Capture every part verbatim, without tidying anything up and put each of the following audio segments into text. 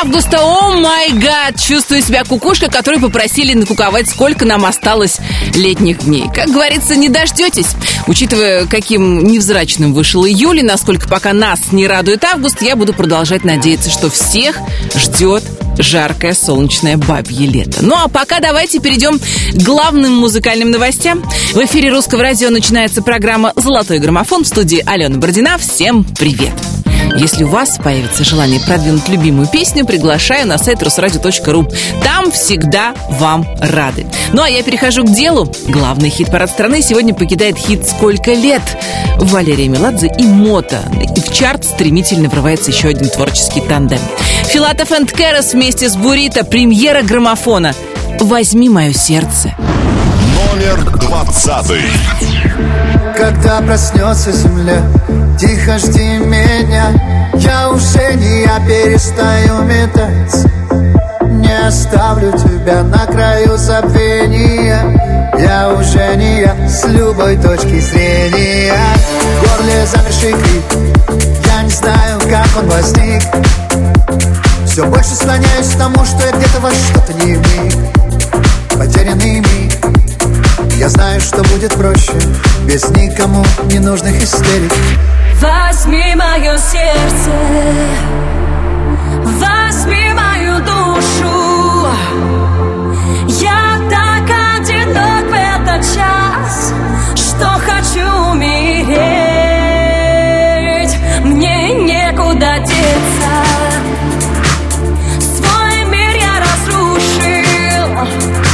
августа, о май гад, чувствую себя кукушкой, которую попросили накуковать, сколько нам осталось летних дней. Как говорится, не дождетесь. Учитывая, каким невзрачным вышел июль, и насколько пока нас не радует август, я буду продолжать надеяться, что всех ждет жаркое солнечное бабье лето. Ну а пока давайте перейдем к главным музыкальным новостям. В эфире Русского радио начинается программа «Золотой граммофон», в студии Алена Бородина. Всем привет! Если у вас появится желание продвинуть любимую песню, приглашаю на сайт русрадио точка ру. Там всегда вам рады. Ну а я перехожу к делу. Главный хит-парад страны сегодня покидает хит «Сколько лет» Валерия Меладзе и Мото. И в чарт стремительно врывается еще один творческий тандем. Филатов энд Кэрос вместе с Бурито. Премьера граммофона «Возьми мое сердце». Номер двадцатый. Когда проснется земля, тихо жди меня. Я уже не я, перестаю метать. Не оставлю тебя на краю забвения. Я уже не я, с любой точки зрения. В горле замерший крик, я не знаю, как он возник. Все больше склоняюсь к тому, что я где-то во что-то не вник. Потерянный миг. Я знаю, что будет проще, без никому ненужных истерик. Возьми мое сердце, возьми мою душу. Я так одинок в этот час, что хочу умереть. Мне некуда деться. Свой мир я разрушил.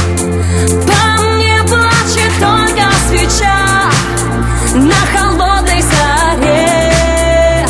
Только свеча на холодной заре.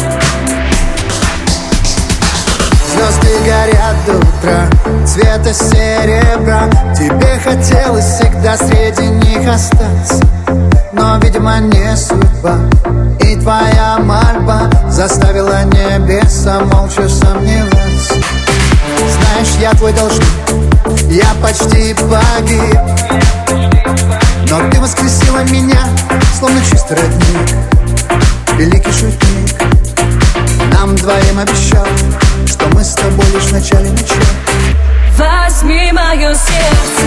Звезды горят до утра, цвета серебра. Тебе хотелось всегда среди них остаться, но, видимо, не судьба. И твоя мольба заставила небеса молча сомневаться. Знаешь, я твой должник, я почти погиб, но ты воскресила меня, словно чистый родник. Великий шутник нам двоим обещал, что мы с тобой лишь в начале начала. Возьми мое сердце,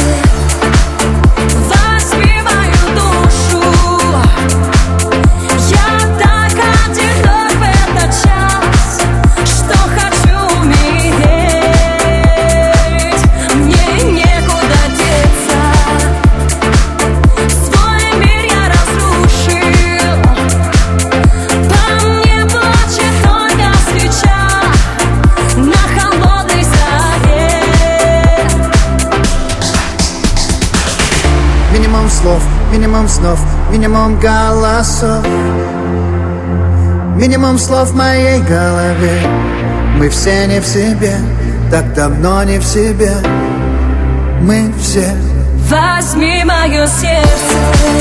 возьми мою душу. Я так одинок в этот час, что хочу умереть. Мне некуда деться. Минимум слов, минимум снов, минимум голосов, минимум слов в моей голове. Мы все не в себе, так давно не в себе. Мы все. Возьми мое сердце,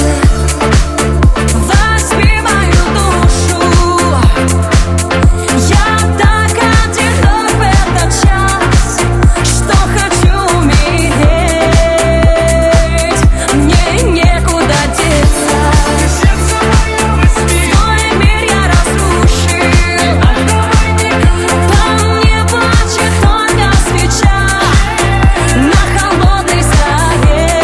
возьми мою душу. Я так одинок в этот час, что хочу умереть. Мне некуда деться. Свой мир я разрушил. По мне плачет только свеча на холодной заре.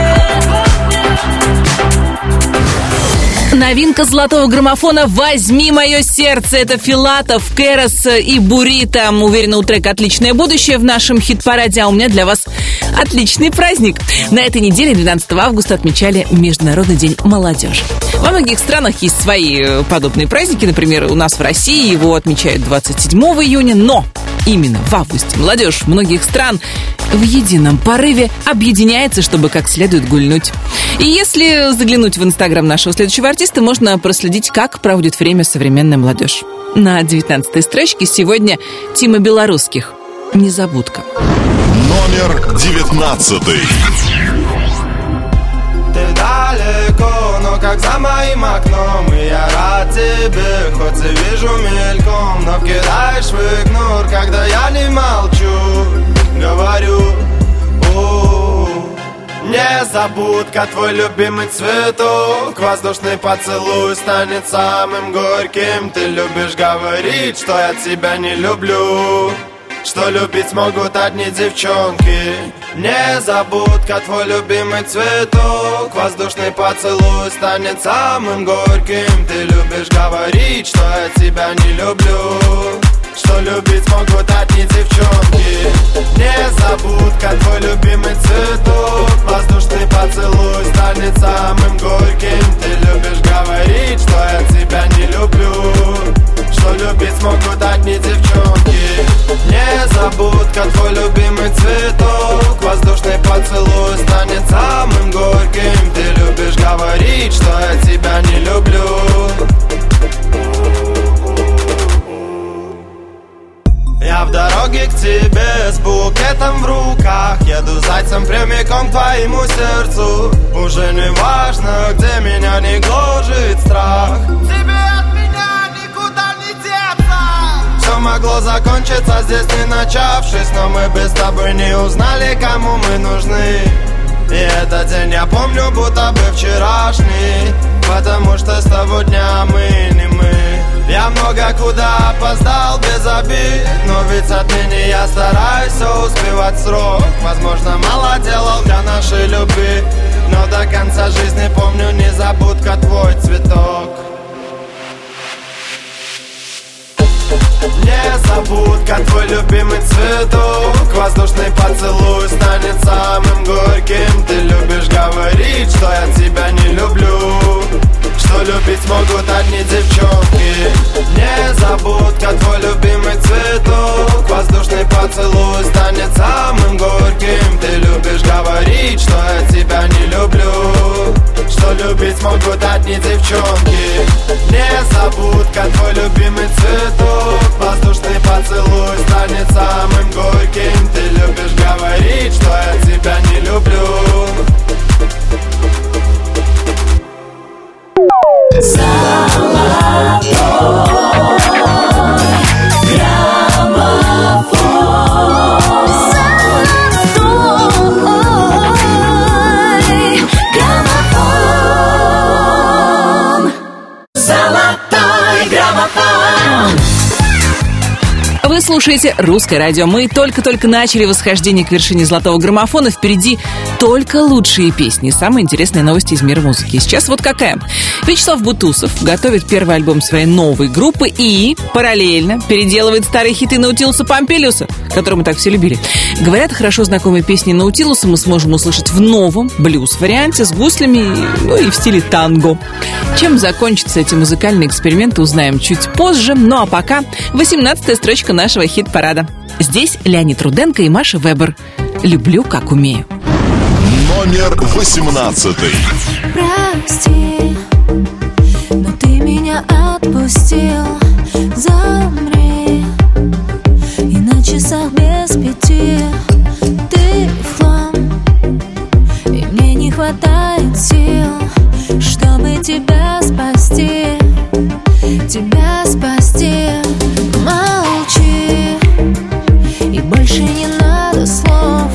Новинка золотого граммофона «Возьми мое сердце». Это Филатов, Кэрос и Бурито. Уверена, у трека отличное будущее в нашем хит-параде, а у меня для вас отличный праздник. На этой неделе, двенадцатого августа, отмечали Международный день молодежи. Во многих странах есть свои подобные праздники. Например, у нас в России его отмечают двадцать седьмого июня, но именно в августе молодежь многих стран в едином порыве объединяется, чтобы как следует гульнуть. И если заглянуть в инстаграм нашего следующего артиста, можно проследить, как проводит время современная молодежь. На девятнадцатой строчке сегодня Тима Белорусских «Незабудка». Номер девятнадцатый. Ты далеко, но как за моим окном. И я рад тебе, хоть и вижу мельком. Но вкидаешь в игнор, когда я не молчу. Говорю, о, незабудка, твой любимый цветок. Воздушный поцелуй станет самым горьким. Ты любишь говорить, что я тебя не люблю. что любить могут одни девчонки. Незабудка, твой любимый цветок, воздушный поцелуй станет самым горьким. Ты любишь говорить, что я тебя не люблю, что любить могут одни девчонки. Незабудка, твой любимый цветок, воздушный поцелуй станет самым горьким. Ты любишь говорить, что я тебя не люблю, что любить могут одни девчонки. Незабудка, твой любимый цветок, воздушный поцелуй станет самым горьким. Ты любишь говорить, что я тебя не люблю. Я в дороге к тебе с букетом в руках, еду зайцем прямиком к твоему сердцу. Уже не важно, где меня не гложет страх, тебе от меня никуда не деться. Все могло закончиться здесь не начавшись, но мы без тобой не узнали, кому мы нужны. И этот день я помню, будто бы вчерашний, потому что с того дня мы не мы. Я много куда опоздал без обид, но ведь отныне я стараюсь все успевать в срок. Возможно, мало делал для нашей любви, но до конца жизни помню незабудка твой цветок. Незабудка, твой любимый цветок, воздушный поцелуй станет самым горьким. Ты любишь говорить, что я тебя не люблю, что любить могут одни девчонки. Незабудка, твой любимый цветок, воздушный поцелуй станет самым горьким. Ты любишь говорить, что я тебя не люблю, что любить могут одни девчонки. Незабудка, твой любимый цветок, воздушный поцелуй станет самым горьким. Ты любишь говорить, что я тебя не люблю. Вы слушаете «Русское радио». Мы только-только начали восхождение к вершине золотого граммофона. Впереди только лучшие песни, самые интересные новости из мира музыки. Сейчас вот какая. Вячеслав Бутусов готовит первый альбом своей новой группы и параллельно переделывает старые хиты Наутилуса Помпилиуса, которые мы так все любили. Говорят, хорошо знакомые песни Наутилуса мы сможем услышать в новом блюз-варианте с гуслями, ну и в стиле танго. Чем закончатся эти музыкальные эксперименты, узнаем чуть позже. Ну а пока восемнадцатая строчка нашего хит-парада. Здесь Леонид Руденко и Маша Вебер. «Люблю, как умею». Номер восемнадцатый. Прости, но ты меня отпустил. Замри, и на часах без пяти ты в хлам, и мне не хватает сил, чтобы тебя спасти, тебя спасти. Молчи, и больше не надо слов.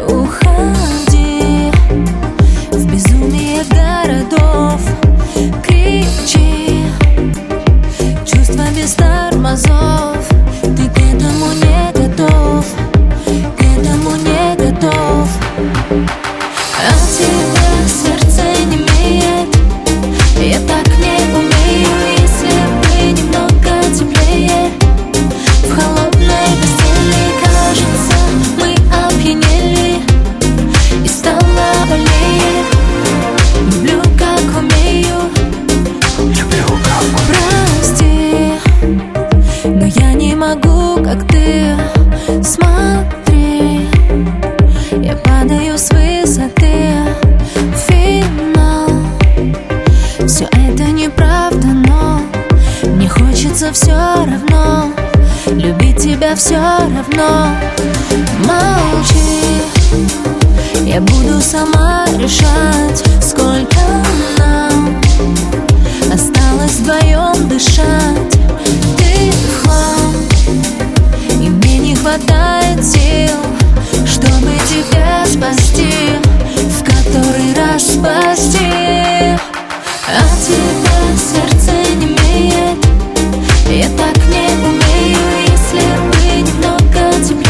Уходи в безумие городов, кричи, чувства без тормозов. Ты к этому не готов, к этому не готов. От тебя сердце немеет, я так не умею. Если бы немного теплее, в холодной постели, кажется, мы опьянели, и стало больнее. Люблю, как умею, люблю, как умею. Прости, но я не могу, как ты. Смотри, я падаю с высоты. Финал, все это неправда, но мне хочется все равно любить тебя все равно. Молчи, я буду сама решать, сколько нам осталось вдвоем дышать. Ты в хлам, и мне не хватает сил, чтобы тебя спасти, в который раз спасти. От тебя сердце немеет, я так не умею. Если бы немного теплее,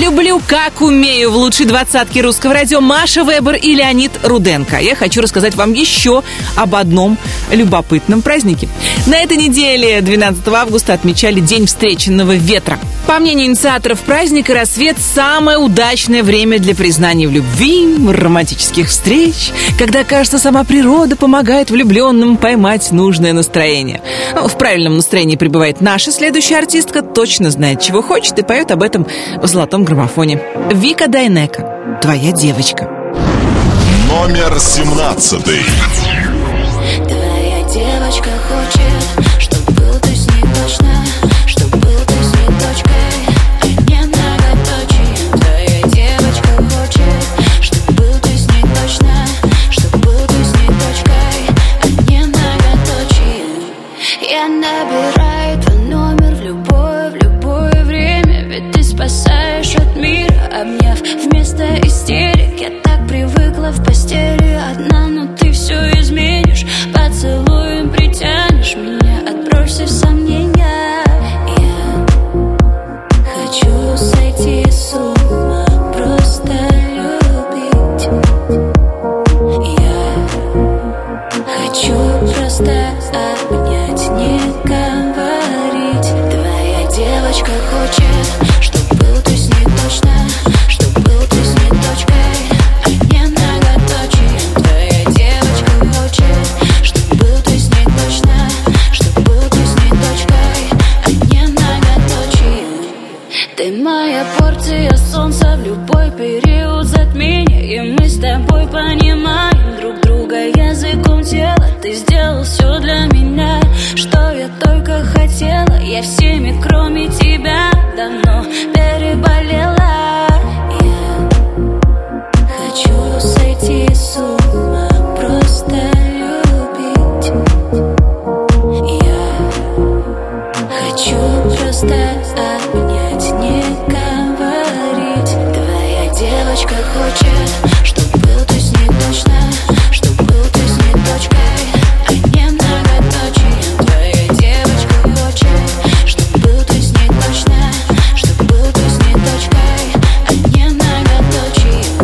Люблю, как умею в лучшей двадцатке русского радио Маша Вебер и Леонид Руденко. Я хочу рассказать вам еще об одном любопытном празднике. На этой неделе, двенадцатого августа, отмечали День встреченного ветра. По мнению инициаторов праздника, рассвет – самое удачное время для признания в любви, романтических встреч, когда, кажется, сама природа помогает влюбленным поймать нужное настроение. Ну, в правильном настроении пребывает наша следующая артистка, точно знает, чего хочет, и поет об этом в золотом граммофоне. Вика Дайнеко, «Твоя девочка». Номер семнадцатый. Твоя девочка хочет, чтоб был ты с ней точно, чтоб был ты с ней точкой, а не многоточием. Твоя девочка хочет, чтоб был ты с ней точно, чтоб был ты с ней точкой, а не многоточием. Я набираю твой номер в любое, в любое время, ведь ты спасаешь от мира, обняв вместо истерик. Я так привыкла в постели одна, но ты все изменишь. Поцелуем притянешь меня, отбросив сомнения. Я хочу сойти с ума, просто любить. Я хочу просто обнять, не говорить. Твоя девочка хочет, чтоб был ты с ней точно, чтоб был ты с ней точкой, а не многоточием. Твоя девочка хочет, чтоб был ты с ней точно, чтоб был ты с ней точкой, а не многоточием. Ты моя порция солнца в любой период затмения, и мы с тобой понимаем друг друга языком тела. Ты сделал все для меня, что я только хотела. Я всеми, кроме тебя, давно переболела. Я хочу сойти с ума, просто любить. Я хочу просто обнять, не говорить. Твоя девочка хочет, чтоб был ты с ней точно, чтоб был ты с ней точкой, а не многоточием. Твоя девочка хочет, чтоб был ты с ней точно, чтоб был ты с ней точкой, а не многоточием.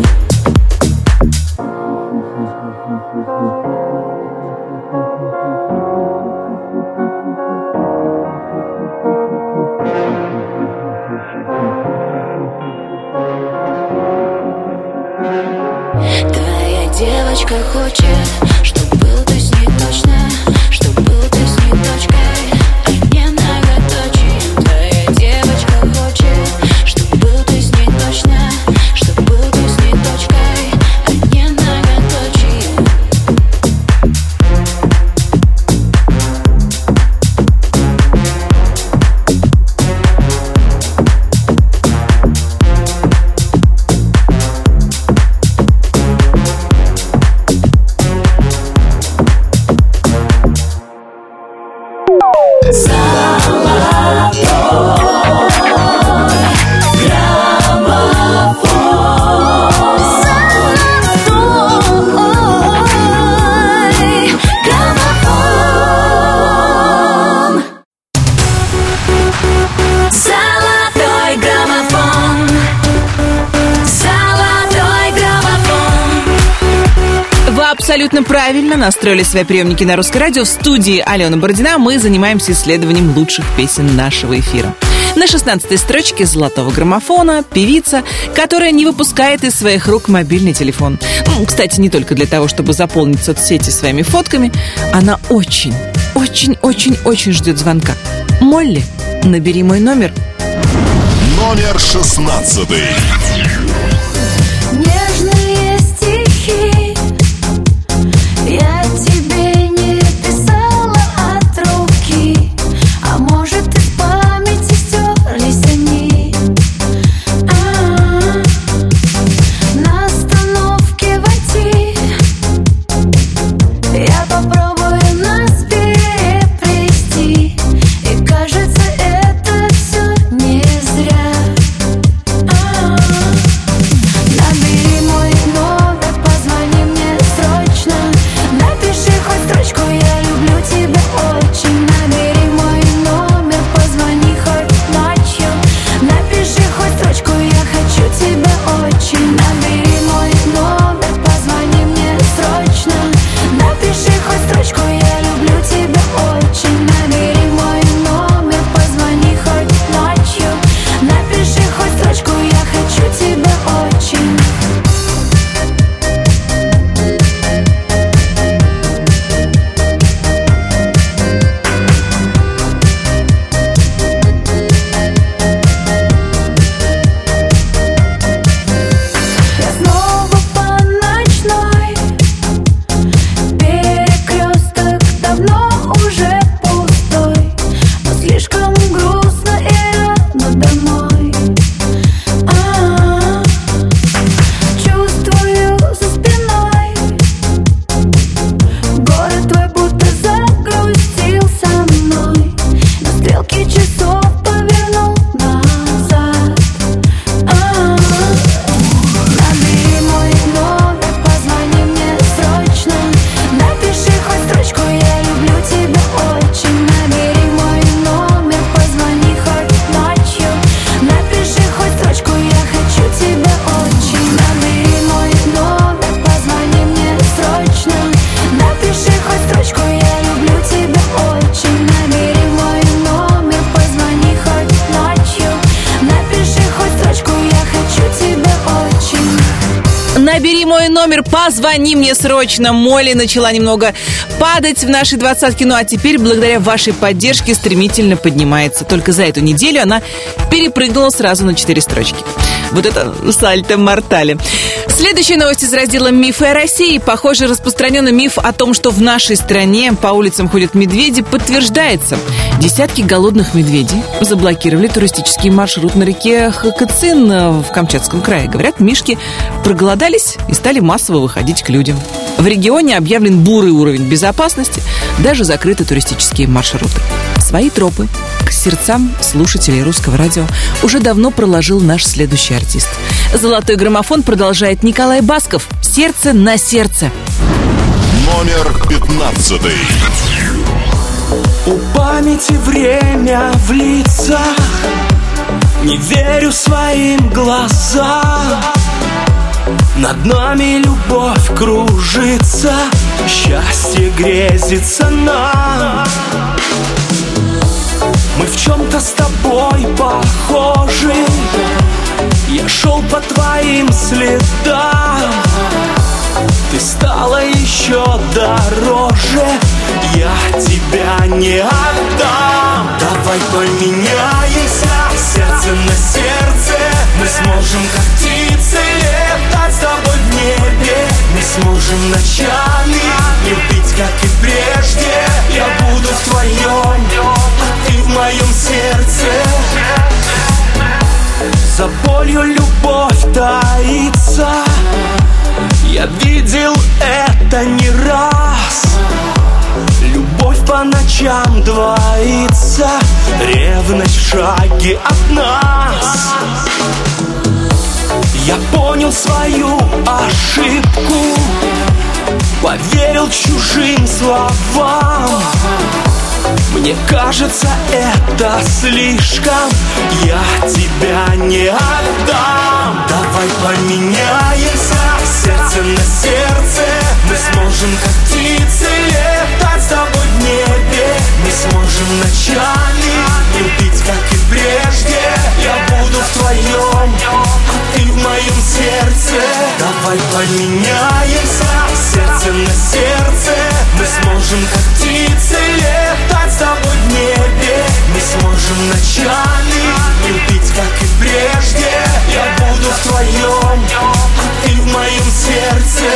Твоя девочка хочет, чтоб был ты с ней точно, чтоб был ты с ней точкой, а не многоточием. Твоя девочка хочет, чтоб был ты с ней точно, чтоб был ты с ней точкой, а не многоточием. Абсолютно правильно настроили свои приемники на Русское радио. В студии Алена Бородина мы занимаемся исследованием лучших песен нашего эфира. На шестнадцатой строчке золотого граммофона певица, которая не выпускает из своих рук мобильный телефон. Ну, кстати, не только для того, чтобы заполнить соцсети своими фотками. Она очень, очень, очень, очень ждет звонка. Молли, набери мой номер. Номер шестнадцатый. Нежные стихи я тебе не писала от руки, а может из памяти стерлись они. А-а-а. На остановке войти, я попробую нас переплести, и кажется, это все не зря. А-а-а. Набери мой номер, позвони мне срочно. Молли начала немного падать в нашей двадцатке, ну а теперь, благодаря вашей поддержке, стремительно поднимается. Только за эту неделю она перепрыгнула сразу на четыре строчки. Вот это сальто-мортале. Следующая новость из раздела «Мифы о России». Похоже, распространенный миф о том, что в нашей стране по улицам ходят медведи, подтверждается. Десятки голодных медведей заблокировали туристический маршрут на реке Хакыцин в Камчатском крае. Говорят, мишки проголодались и стали массово выходить к людям. В регионе объявлен бурый уровень безопасности, даже закрыты туристические маршруты. Свои тропы к сердцам слушателей Русского радио уже давно проложил наш следующий артист. «Золотой граммофон» продолжает Николай Басков. «Сердце на сердце». Номер пятнадцатый. У памяти время в лицах, не верю своим глазам. Над нами любовь кружится, счастье грезится нам. Мы в чем-то с тобой похожи, я шел по твоим следам. Ты стала еще дороже, я тебя не отдам. Давай поменяемся, сердце на сердце. Мы сможем как птицы летать с тобой в небе. Мы сможем ночами любить, как и прежде. Я буду в твоем, а ты в моем сердце. За болью любовь таится, я видел это не раз. Любовь по ночам двоится, ревность в шаге от нас. Я понял свою ошибку, поверил чужим словам. Мне кажется, это слишком, я тебя не отдам. Давай поменяемся, сердце на сердце. Мы сможем как птицы летать с тобой в небе. Мы сможем ночами любить, как и прежде. Я буду в твоем, а ты в моем сердце. Давай поменяемся, сердце на сердце. Мы сможем как птицы летать с тобой в небе. Мы сможем ночами любить, как и прежде. Я буду в твоем, а ты в моем сердце.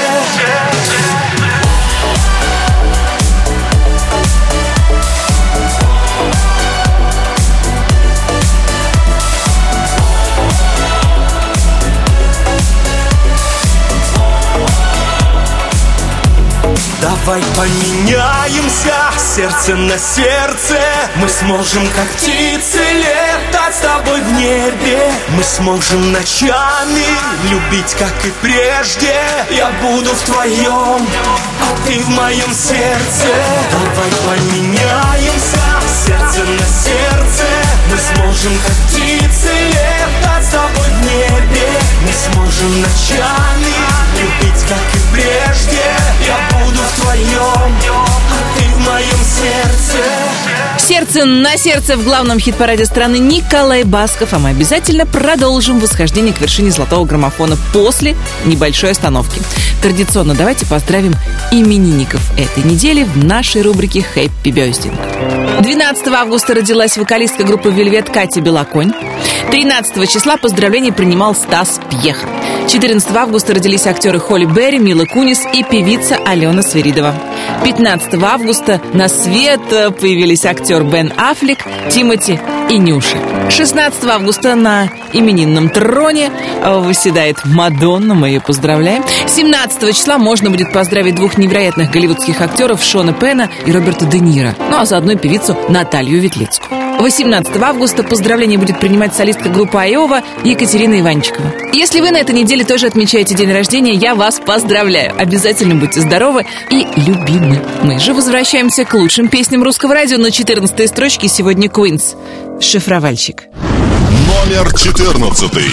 Давай поменяемся, сердце на сердце. Мы сможем как птицы летать с тобой в небе. Мы сможем ночами любить, как и прежде. Я буду в твоем, а ты в моем сердце. Давай поменяемся, сердце на сердце. Мы сможем как птицы летать с тобой в небе. Мы сможем ночами любить, как и прежде. Я буду в твоем, а ты в моем сердце. «Сердце на сердце» в главном хит-параде страны Николай Басков. А мы обязательно продолжим восхождение к вершине золотого граммофона после небольшой остановки. Традиционно давайте поздравим именинников этой недели в нашей рубрике «Хэппи Бёздинг». двенадцатого августа родилась вокалистка группы «Вельвет» Катя Белоконь. тринадцатого числа поздравления принимал Стас Пьеха. четырнадцатого августа родились актеры Холли Берри, Мила Кунис и певица Алена Свиридова. пятнадцатого августа на свет появились актер Бен Аффлек, Тимоти и Нюша. шестнадцатого августа на именинном троне восседает Мадонна, мы ее поздравляем. семнадцатого числа можно будет поздравить двух невероятных голливудских актеров Шона Пена и Роберта Де Ниро, ну а заодно и певицу Наталью Ветлицкую. восемнадцатого августа поздравления будет принимать солистка группы Айова Екатерина Иванчикова. Если вы на этой неделе тоже отмечаете день рождения, я вас поздравляю. Обязательно будьте здоровы и любимы. Мы же возвращаемся к лучшим песням русского радио. На четырнадцатой строчке сегодня Queens «Шифровальщик». Номер четырнадцатый.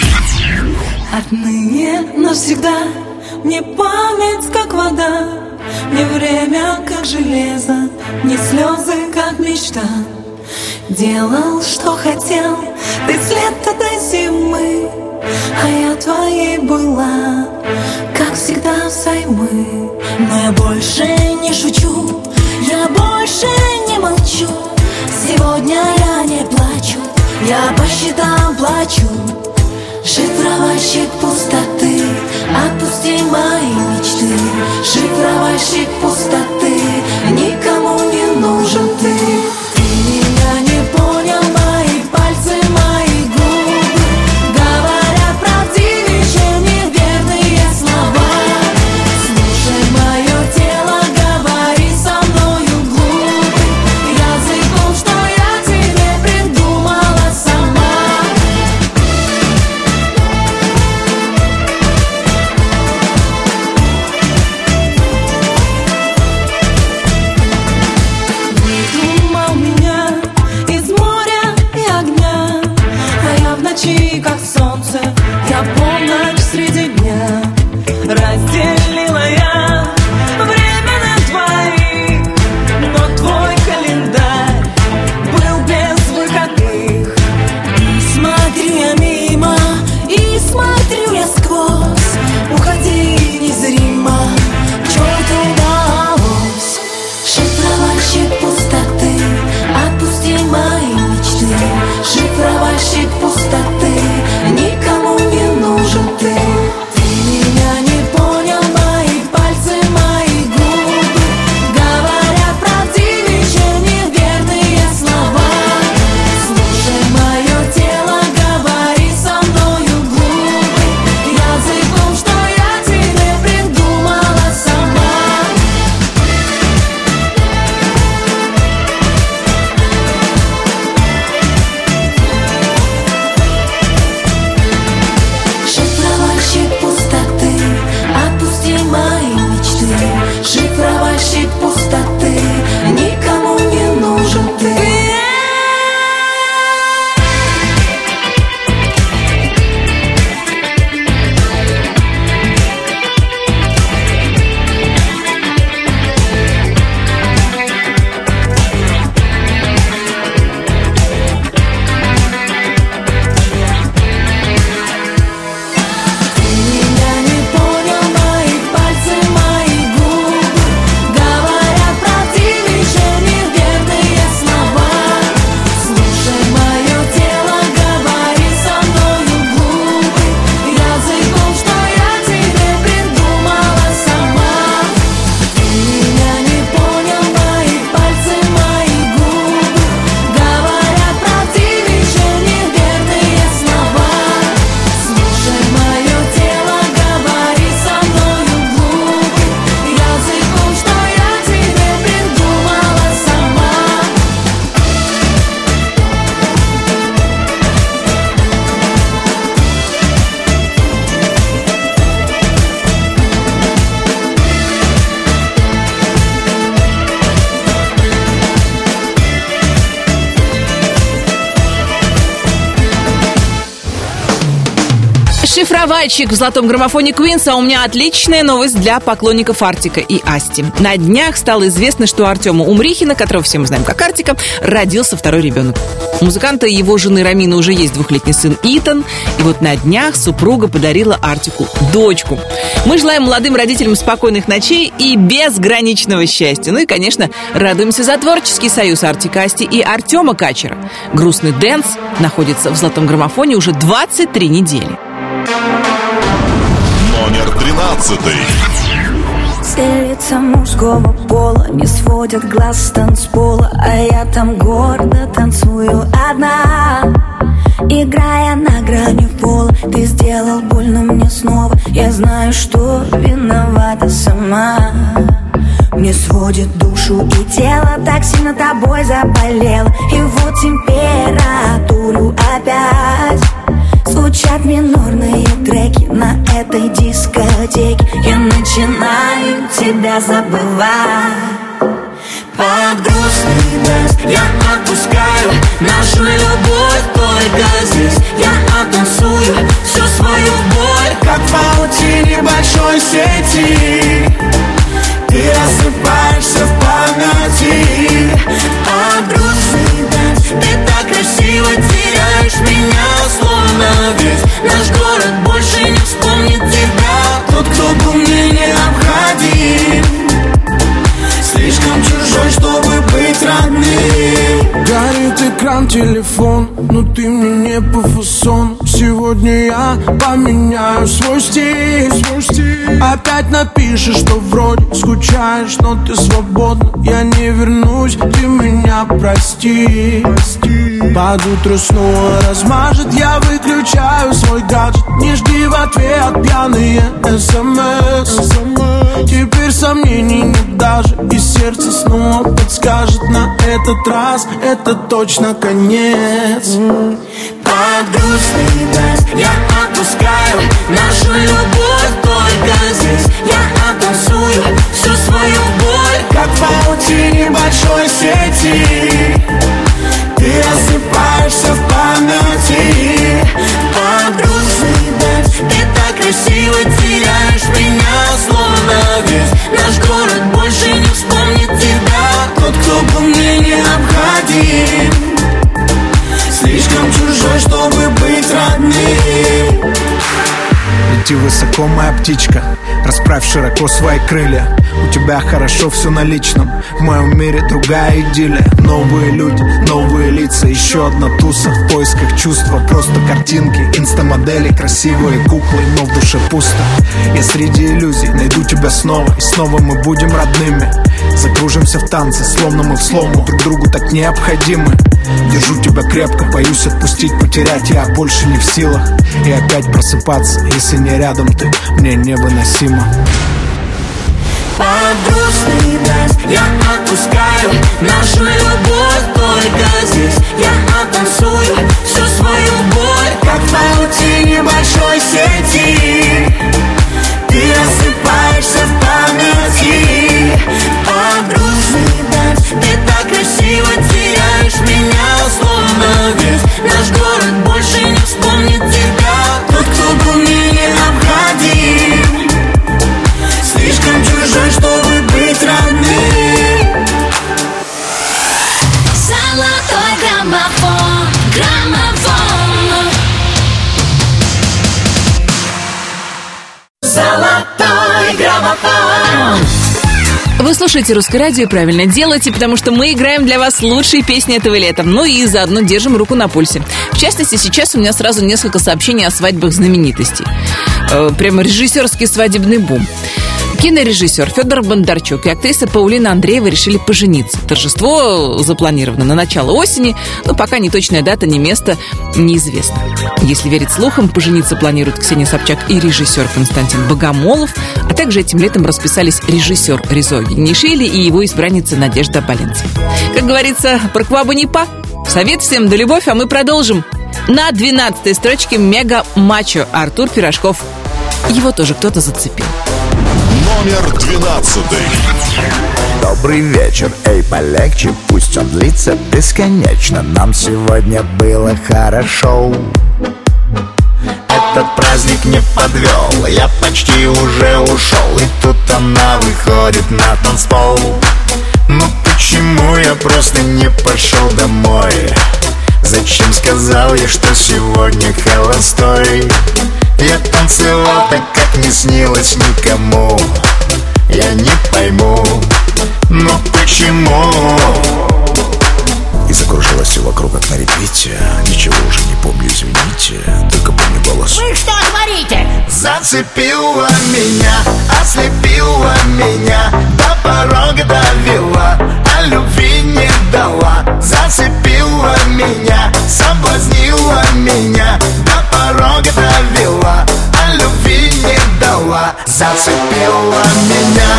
Отныне навсегда мне память как вода, мне время как железо, мне слезы как мечта. Делал, что хотел, ты с лета до зимы, а я твоей была, как всегда взаймы. Но я больше не шучу, я больше не молчу. Сегодня я не плачу, я по счетам плачу. Шифровальщик пустоты, отпусти мои мечты. Шифровальщик пустоты, никому не нужен ты. Ты меня не понял, мои пальцы, мои губы говорят правдивее, чем неверные слова. Слушай мое тело, говори со мною глупый языком, что я тебе придумала сама. Выдумал меня из моря и огня, а я в ночи, как солнце, я полночь среди дня. Разделила я время на двоих, но твой календарь был без выходных. И смотрю я мимо, и смотрю я сквозь. Уходи незримо, к черту удалось. Шифровальщик пустоты, отпусти мои мечты. Шифровальщик пустоты, никому не нужен ты. Ты меня не понял, мои пальцы, мои губы говорят правдивее, чем неверные слова. Слушай мое тело, говори со мною глупый языком, что я тебе придумала сама. Шифровальщик пустоты, отпусти мои мечты. Шифровальщик пустоты, никому не нужен ты. Ты меня не понял, мои пальцы, мои губы говорят правдивее, чем неверные слова. Слушай мое тело, говори со мною глупый языком, что я тебе придумала сама. Ты меня не понял, мои пальцы, мои губы говорят правдивее, чем неверные слова. Слушай мое тело, говори со мною глупый языком, что я тебе придумала сама. Шифровальщик в золотом граммофоне Queens, а у меня отличная новость для поклонников Артика и Асти. На днях стало известно, что у Артема Умрихина, которого все мы знаем как Артика, родился второй ребенок. У музыканта и его жены Рамины уже есть двухлетний сын Итан, и вот на днях супруга подарила Артику дочку. Мы желаем молодым родителям спокойных ночей и безграничного счастья. Ну и, конечно, радуемся за творческий союз Артика Асти и Артема Качера. Грустный дэнс находится в золотом граммофоне уже двадцать три недели. Номер тринадцатый. Все лица мужского пола не сводят глаз с танцпола, а я там гордо танцую одна. Играя на грани пола, ты сделал больно мне снова. Я знаю, что виновата сама. Мне сводит душу и тело, так сильно тобой заболело. И вот температуру опять. Звучат минорные треки на этой дискотеке. Я начинаю тебя забывать. Под грустный дэнс я отпускаю нашу любовь только здесь. Я оттанцую всю свою боль, как в паутине большой сети. Ты рассыпаешься в памяти. Под грустный дэнс ты так красиво теряешь меня, словно весь наш город больше не вспомнит тебя. Тот, кто был мне телефон, но ты мне не по фасону. Сегодня я поменяю свой стиль, свой стиль. Опять напишешь, что вроде скучаешь, но ты свободна. Я не вернусь, ты меня прости, прости. Под утро снова размажет, я выключаю свой гаджет. Не жди в ответ пьяные смс. Теперь сомнений нет даже, и сердце снова подскажет: на этот раз это точно конец. Под грустный дождь я отпускаю нашу любовь только здесь. Я оттанцую всю свою боль, как в паутине большой сети. Ты рассыпаешься в памяти. Под грустный дождь ты так красиво теряешь меня, словно весь наш город больше не вспомнит тебя. Тот, кто был мне необходим, слишком чужой, чтобы быть родным. Лети высоко, моя птичка, расправь широко свои крылья. У тебя хорошо все на личном, в моем мире другая идиллия. Новые люди, новые лица, еще одна туса в поисках чувства. Просто картинки, инстамодели, красивые куклы, но в душе пусто. Я среди иллюзий найду тебя снова, и снова мы будем родными. Закружимся в танце, словно мы в слому, друг другу так необходимы. Держу тебя крепко, боюсь отпустить, потерять я больше не в силах. И опять просыпаться, если не рядом ты, мне невыносимо. Под грустный дождь я отпускаю нашу любовь только здесь. Я оттанцую всю свою боль, как в паутине большой сети. Ты рассыпаешься в памяти. Под грустный дождь ты так красиво теряешь меня, словно весь наш город больше не вспомнит тебя. Тот, кто был мне необходим, слишком чужой, чтобы быть родным. Золотой граммофон, граммофон. Золотой граммофон. Вы слушаете «Русское радио» и правильно делаете, потому что мы играем для вас лучшие песни этого лета. Ну и заодно держим руку на пульсе. В частности, сейчас у меня сразу несколько сообщений о свадьбах знаменитостей. Э, прямо режиссерский свадебный бум. Кинорежиссер Федор Бондарчук и актриса Паулина Андреева решили пожениться. Торжество запланировано на начало осени, но пока ни точная дата, ни место неизвестно. Если верить слухам, пожениться планируют Ксения Собчак и режиссер Константин Богомолов, а также этим летом расписались режиссер Резо Генишвили и его избранница Надежда Боленцева. Как говорится, про квабу не па. Совет всем да любовь, а мы продолжим. На двенадцатой строчке мега-мачо Артур Пирожков. Его тоже кто-то зацепил. Номер двенадцатый. Добрый вечер, эй, полегче, пусть он длится бесконечно. Нам сегодня было хорошо. Этот праздник не подвел, я почти уже ушел. И тут она выходит на танцпол. Ну почему я просто не пошел домой? Зачем сказал я, что сегодня холостой? Я танцевал так, как не снилось никому. Я не пойму, ну почему? И закружилось все вокруг, как на репите. Ничего уже не помню, извините. Только помню голос. Вы что творите? Зацепила меня, ослепила меня, до порога довела, а любви не дала. Зацепила меня, соблазнила меня, до порога довела, а любви не дала. Зацепила меня.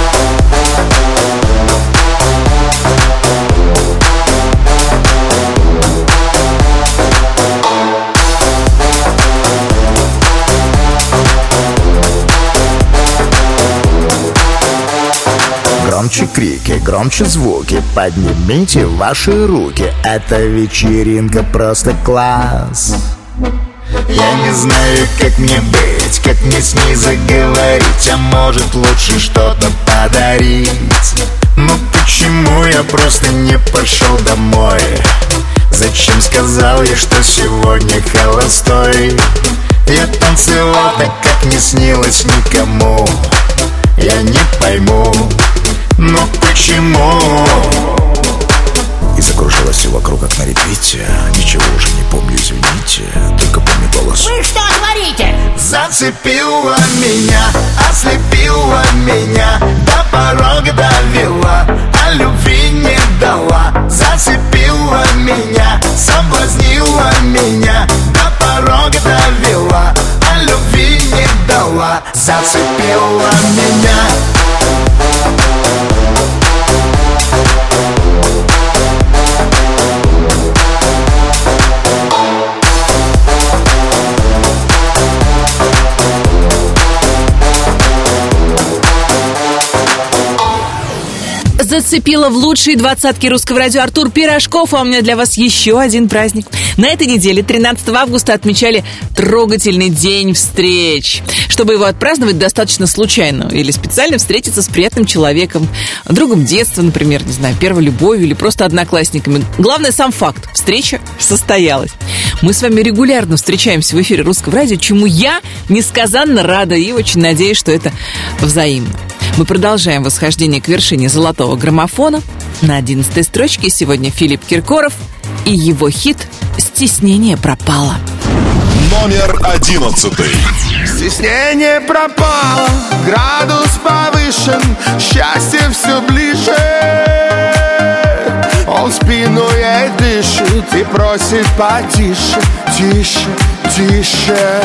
Громче крики, громче звуки, поднимите ваши руки. Эта вечеринка просто класс. Я не знаю, как мне быть, как мне с ней заговорить. А может лучше что-то подарить. Ну почему я просто не пошел домой? Зачем сказал я, что сегодня холостой? Я танцевал так, как не снилось никому. Я не пойму, ну почему? И закружила Вертелось все вокруг, как на репите. Ничего уже не помню, извините. Только помню голос. Вы что творите? Зацепила меня, ослепила меня, до порога довела, а любви не дала. Зацепила меня, соблазнила меня, до порога довела, а любви не дала. Зацепила меня. Зацепила в лучшие двадцатки русского радио Артур Пирожков, а у меня для вас еще один праздник. На этой неделе, тринадцатого августа, отмечали трогательный день встреч. Чтобы его отпраздновать, достаточно случайно или специально встретиться с приятным человеком, другом детства, например, не знаю, первой любовью или просто одноклассниками. Главное, сам факт. Встреча состоялась. Мы с вами регулярно встречаемся в эфире русского радио, чему я несказанно рада и очень надеюсь, что это взаимно. Мы продолжаем восхождение к вершине золотого граммофона. На одиннадцатой строчке сегодня Филипп Киркоров и его хит «Стеснение пропало». Номер одиннадцатый. Стеснение пропало, градус повышен, счастье все ближе. Он спину ей дышит и просит потише, тише, тише.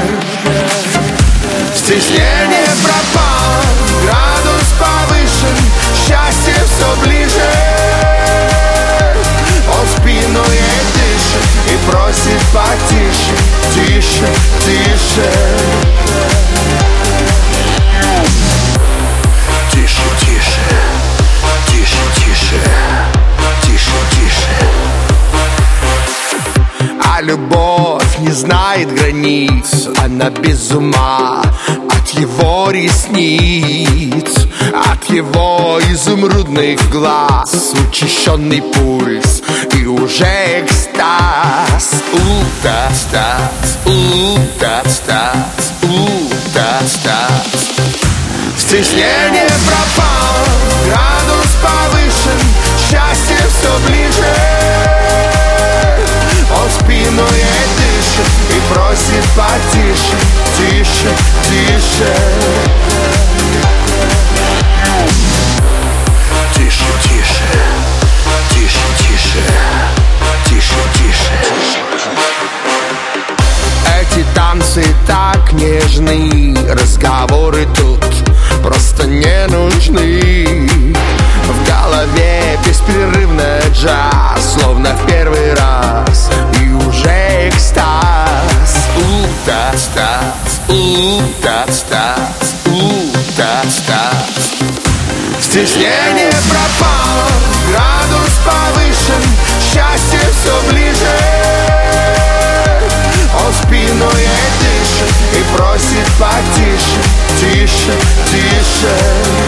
Стеснение пропало, градус повышен, счастье все ближе. Он спину ей дышит и просит потише, тише, тише. Тише, тише, тише, тише, тише, тише. А любовь не знает границ, она без ума от его ресниц, от его изумрудных глаз, учащенный пульс и уже экстаз. У-та-стаз, у-та-стаз, у-та-стаз. Стеснение пропало, градус повышен, счастье все ближе. Он спину ей дышит и просит потише, тише, тише. Тише, тише, тише, тише, тише, тише. Эти танцы так нежны, разговоры тут просто не нужны. В голове беспрерывно джаз, словно в первый раз, и уже экстаз. У-та-стаз, у-та-стаз, у-та-стаз. Стеснение пропало, градус повышен, счастье все ближе. Он спину ей дышит и просит потише, тише, тише.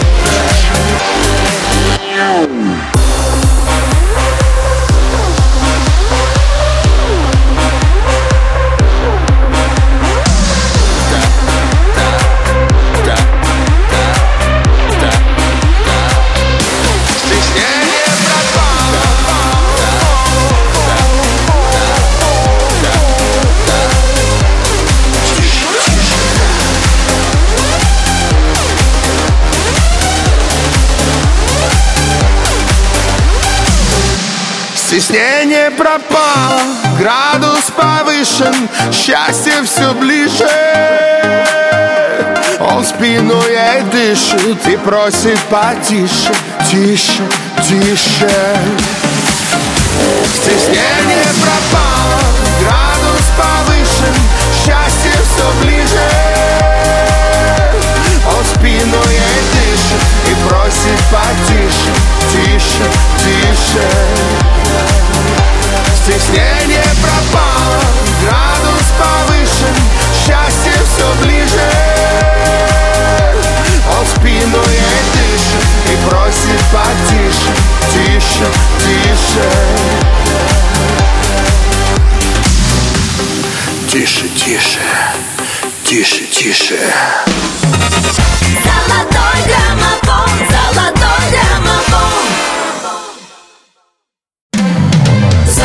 Стеснение пропало, градус повышен, счастье все ближе. Он спину ей дышит и просит потише, тише, тише. Стеснение пропало, градус повышен, счастье все ближе. Он спину ей дышит и просит потише, тише, тише. Стеснение пропало, градус повышен, счастье все ближе. Он спину ей дышит и просит потише, тише, тише. Тише, тише, тише, тише. Золотой граммофон, золотой граммофон.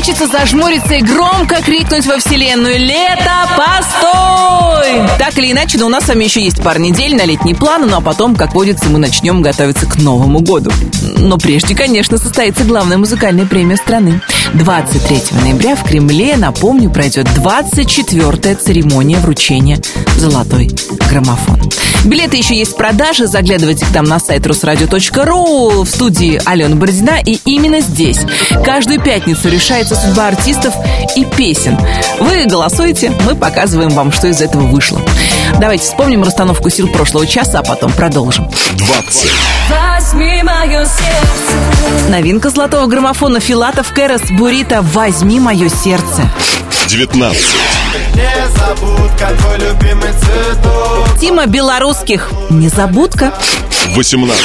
Хочется зажмуриться и громко крикнуть во вселенную: «Лето, постой!» Так или иначе, но у нас с вами еще есть пару недель на летние планы, ну а потом, как водится, мы начнем готовиться к Новому году. Но прежде, конечно, состоится главная музыкальная премия страны. двадцать третьего ноября в Кремле, напомню, пройдет двадцать четвёртая церемония вручения «Золотой граммофон». Билеты еще есть в продаже, заглядывайте к нам на сайт русрадио точка ру. В студии Алена Бородина, и именно здесь каждую пятницу решается судьба артистов и песен. Вы голосуете, мы показываем вам, что из этого вышло. Давайте вспомним расстановку сил прошлого часа, а потом продолжим. двадцать. Возьми мое сердце. Новинка золотого граммофона Филатов Кэрос Бурито «Возьми мое сердце». девятнадцать. Незабудка, твой любимый цветок. Тима Белорусских «Незабудка». восемнадцать.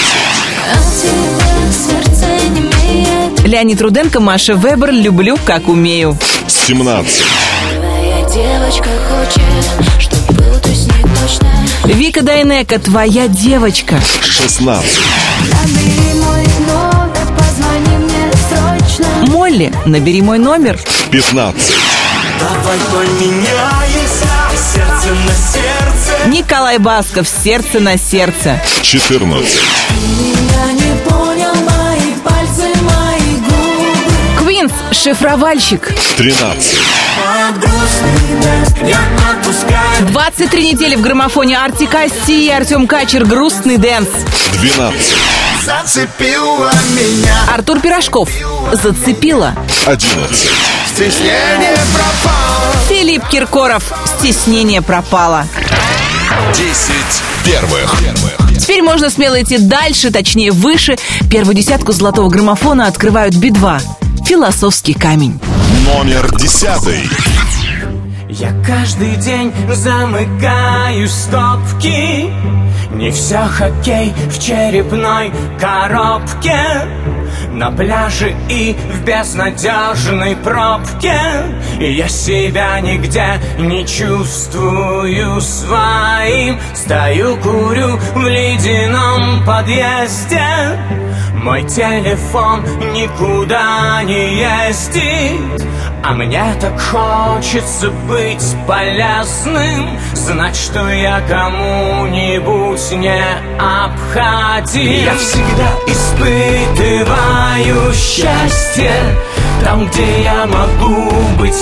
Леонид Руденко, Маша Вебер «Люблю, как умею». семнадцать. Твоя девочка хочет, чтоб был ты с ней точно. Вика Дайнеко «Твоя девочка». шестнадцать. Набери мой номер, позвони мне срочно. Молли «Набери мой номер». пятнадцать. Давай поменяемся, сердце на сердце. Николай Басков «Сердце на сердце». четырнадцать. Я не понял, мои пальцы, мои губы. Квинс «Шифровальщик». тринадцать. двадцать три недели в граммофоне Артик Асти и Артем Качер «Грустный дэнс». двенадцать. Зацепила меня. Артур Пирожков «Зацепила». одиннадцать. Стеснение пропало. Филипп Киркоров «Стеснение пропало». десять первых. Теперь можно смело идти дальше, точнее выше. Первую десятку золотого граммофона открывают Би два «Философский камень». Номер десятый. Я каждый день замыкаю стопки. Не все хоккей в черепной коробке. На пляже и в безнадежной пробке. И я себя нигде не чувствую своим. Стою, курю в ледяном подъезде. Мой телефон никуда не ездит. А мне так хочется быть полезным. Знать, что я кому-нибудь необходим. Я всегда испытываю счастье там, где я могу быть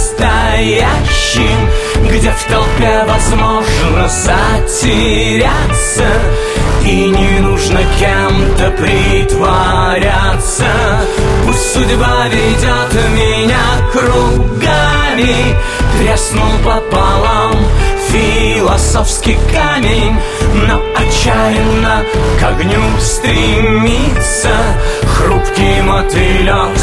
настоящим, где в толпе возможно затеряться, и не нужно кем-то притворяться. Пусть судьба ведет меня кругами. Треснул пополам философский камень, но отчаянно к огню стремится хрупкий мотылек,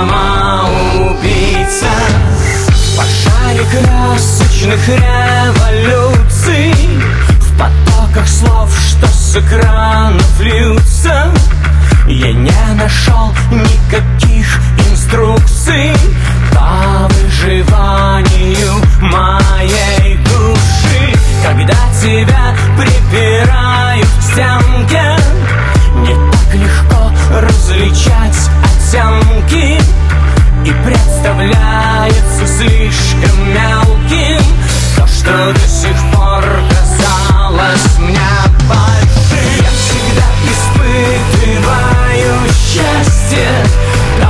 самоубийца. В пожаре красочных революций, в потоках слов, что с экранов льются, я не нашел никаких инструкций по выживанию моей души. Когда тебя припирают к стенке, не так легко различать оттенки, и представляется слишком мелким то, что до сих пор казалось мне большим. Я всегда испытываю счастье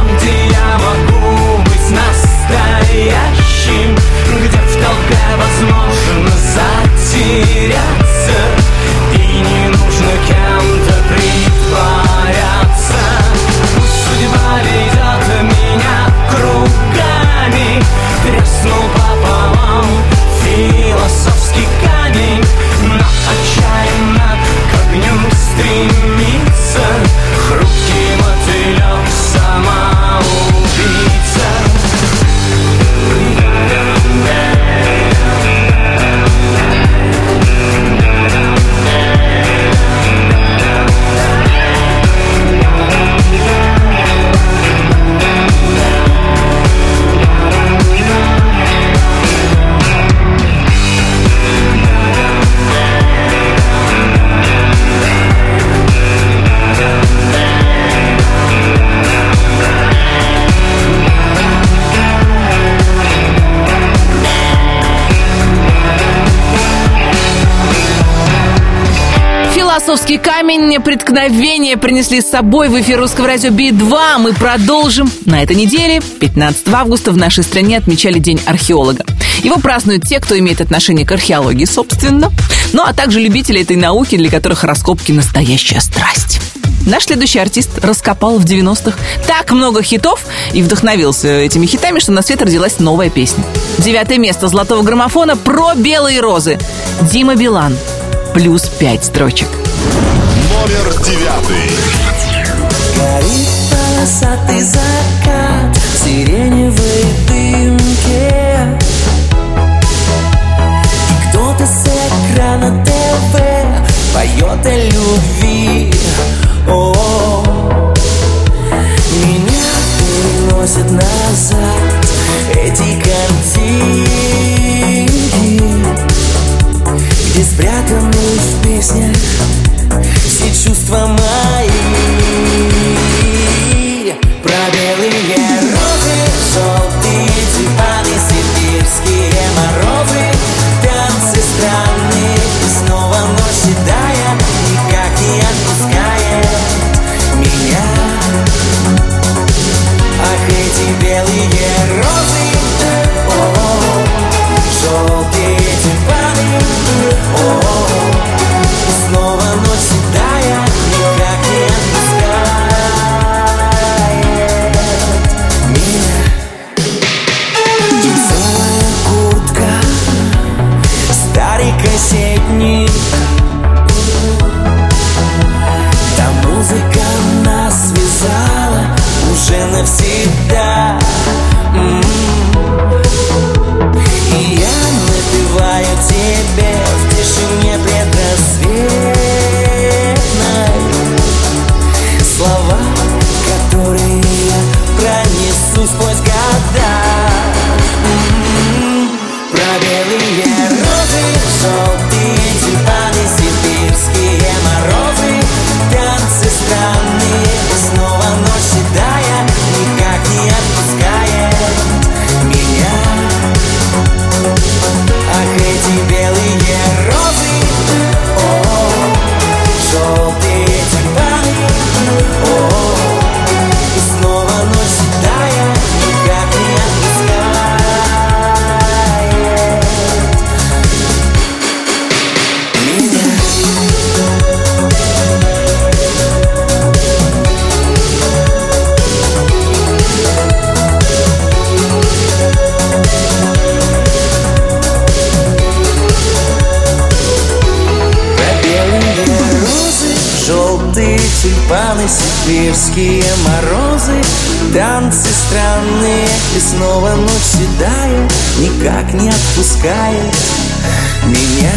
Отцовский камень, преткновение принесли с собой в эфир Русского радио Би два. Мы продолжим. На этой неделе, пятнадцатого августа, в нашей стране отмечали День археолога. Его празднуют те, кто имеет отношение к археологии, собственно. Ну, а также любители этой науки, для которых раскопки – настоящая страсть. Наш следующий артист раскопал в девяностых так много хитов и вдохновился этими хитами, что на свет родилась новая песня. Девятое место золотого граммофона про белые розы. Дима Билан. Плюс пять строчек. Номер девятый. Горит полосатый закат в сиреневой дымке, и кто-то с экрана ТВ поет о любви. О, меня переносят назад эти картинки, где спрятаны в песнях все чувства мои. Про белые розы, желтые тюльпаны, сибирские морозы, танцы странные, и снова ночь седая никак не отпускает меня. Ах, эти белые розы, о, желтые тюльпаны, о, и снова ночь седая никак не отпускает меня. Джинсовая куртка, старый кассетник, та музыка нас связала уже навсегда. И я напеваю тебе в тишине предрассветной слова, которые я пронесу сквозь года. Про белые розы, желтые тюльпаны, сибирские морозы, танцы странные, и снова ночь седая никак не отпускает меня. Ах, эти белые розы, о, желтые тюльпаны, о, и снова ночь седая никак не отпускает меня. Желтые тюльпаны, сибирские морозы, танцы странные, и снова ночь седая никак не отпускает меня.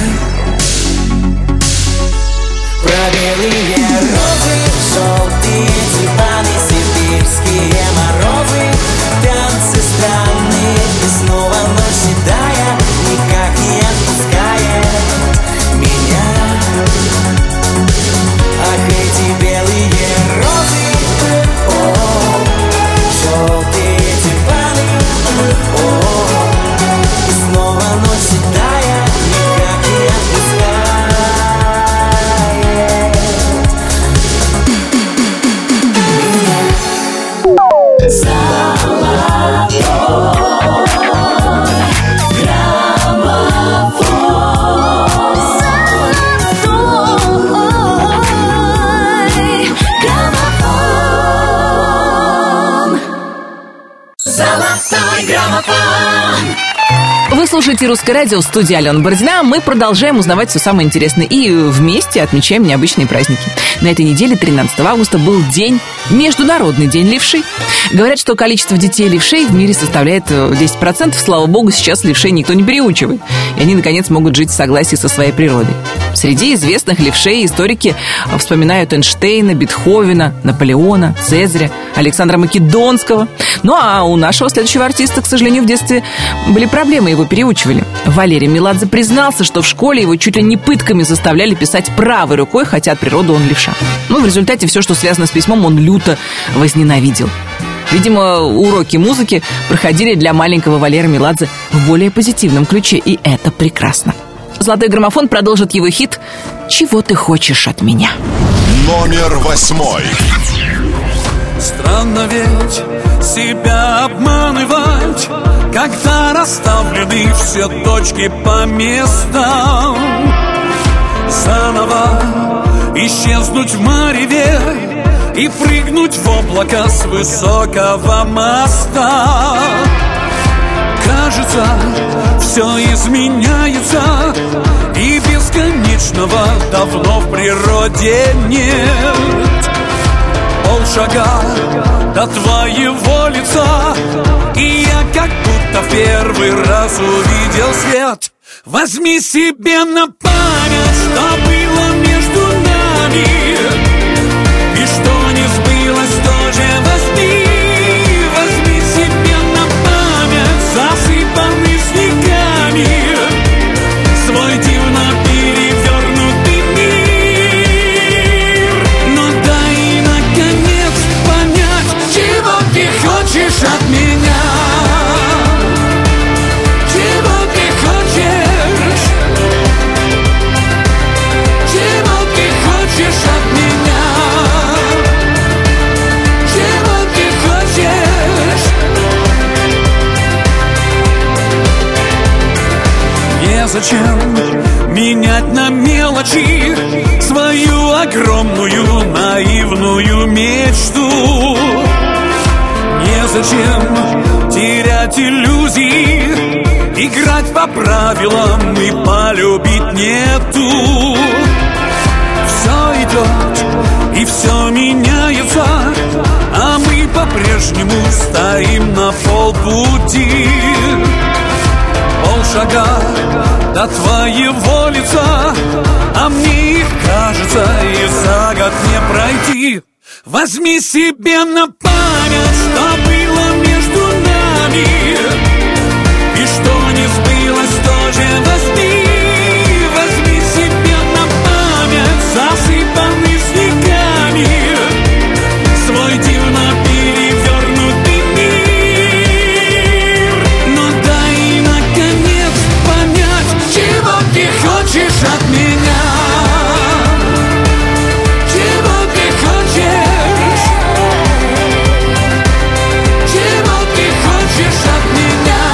Про белые розы, желтые тюльпаны, сибирские морозы, танцы странные, и снова ночь седая никак не отпускает меня. Ах, эти белые розы, о, желтые тюльпаны, о, и снова ночь седая никак не отпускает меня. Вы слушаете «Русское радио», в студии Алена Бородина. Мы продолжаем узнавать все самое интересное и вместе отмечаем необычные праздники. На этой неделе, тринадцатого августа, был день, Международный день левши. Говорят, что количество детей-левшей в мире составляет десять процентов. Слава богу, сейчас левшей никто не переучивает. И они, наконец, могут жить в согласии со своей природой. Среди известных левшей историки вспоминают Эйнштейна, Бетховена, Наполеона, Цезаря, Александра Македонского. Ну а у нашего следующего артиста, к сожалению, в детстве были проблемы, его переучивали. Валерий Меладзе признался, что в школе его чуть ли не пытками заставляли писать правой рукой, хотя от природы он левша. Ну, в результате все, что связано с письмом, он люто возненавидел. Видимо, уроки музыки проходили для маленького Валерия Меладзе в более позитивном ключе, и это прекрасно. Золотой граммофон продолжит его хит «Чего ты хочешь от меня?». Номер восьмой. Странно ведь себя обманывать, когда расставлены все точки по местам. Заново исчезнуть в мареве и прыгнуть в облако с высокого моста. Кажется, все изменяется, и бесконечного давно в природе нет. Полшага до твоего лица, и я как будто в первый раз увидел свет. Возьми себе на память, что было между нами, и что не сбылось, тоже возьми. Возьми себе на память, засыпанный снегами, свой дивно перевернутый мир. Но дай, наконец, понять, чего ты хочешь от меня. Чего ты хочешь? Чего ты хочешь от меня? Чего ты хочешь? Незачем менять на мелочи свою огромную наивную мечту. Незачем терять иллюзии, играть по правилам и полюбить нету. Все идет и все меняется, а мы по-прежнему стоим на полпути. Полшага до твоего лица, а мне их, кажется, и за год не пройти. Возьми себе на память, что было между нами, и что не сбылось, тоже возьми. Возьми себе на память, засыпанный снегами, свой дивно перевернутый мир. Но дай, наконец, понять, чего ты хочешь от меня. Чего ты хочешь? Чего ты хочешь от меня?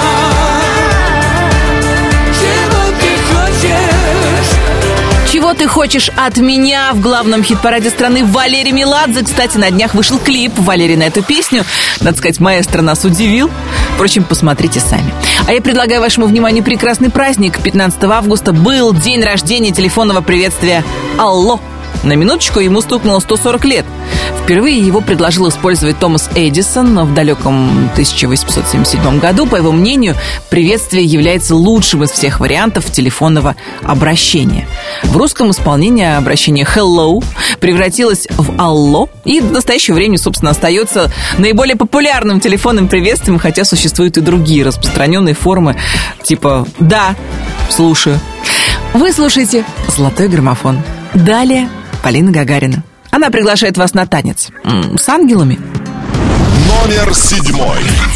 Чего ты хочешь? «Чего ты хочешь от меня» в главном хит-параде страны Валерий Меладзе. Кстати, на днях вышел клип Валерий на эту песню. Надо сказать, маэстро нас удивил. Впрочем, посмотрите сами. А я предлагаю вашему вниманию прекрасный праздник. пятнадцатого августа был день рождения телефонного приветствия «Алло». На минуточку, ему стукнуло сто сорок лет. Впервые его предложил использовать Томас Эдисон в далеком тысяча восемьсот семьдесят седьмом году. По его мнению, приветствие является лучшим из всех вариантов телефонного обращения. В русском исполнении обращение «hello» превратилось в «алло» и до настоящего времени, собственно, остается наиболее популярным телефонным приветствием, хотя существуют и другие распространенные формы, типа «да», «слушаю». Вы слушаете «Золотой граммофон». Далее Полина Гагарина. Она приглашает вас на танец с ангелами. Номер седьмой.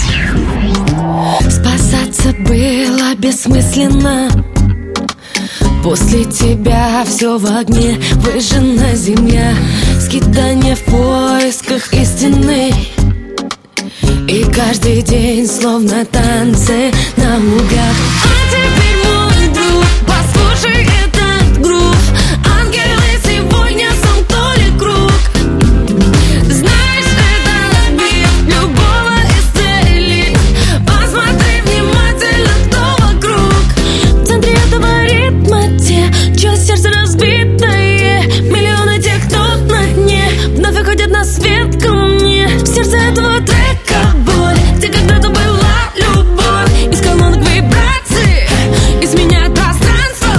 Спасаться было бессмысленно. После тебя все в огне, выжжена земля, скитание в поисках истины. И каждый день словно танцы наугад. А теперь, мой друг, послушай этот грув. Ангелы сегодня сам то ли круг. Знаешь, это бит любого из целей. Посмотри внимательно, кто вокруг. В центре этого ритма те, чье сердце разбитое. Миллионы тех, кто на дне, вновь выходят на свет ко мне. В сердце этого трека боль, где когда-то была любовь. Из колонок вибраций изменяет пространство.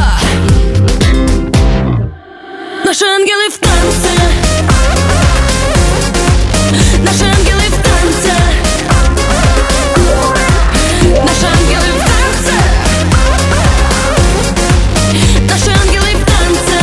Наши ангелы в танце. Наши ангелы в танце. Наши ангелы в танце. Наши ангелы в танце.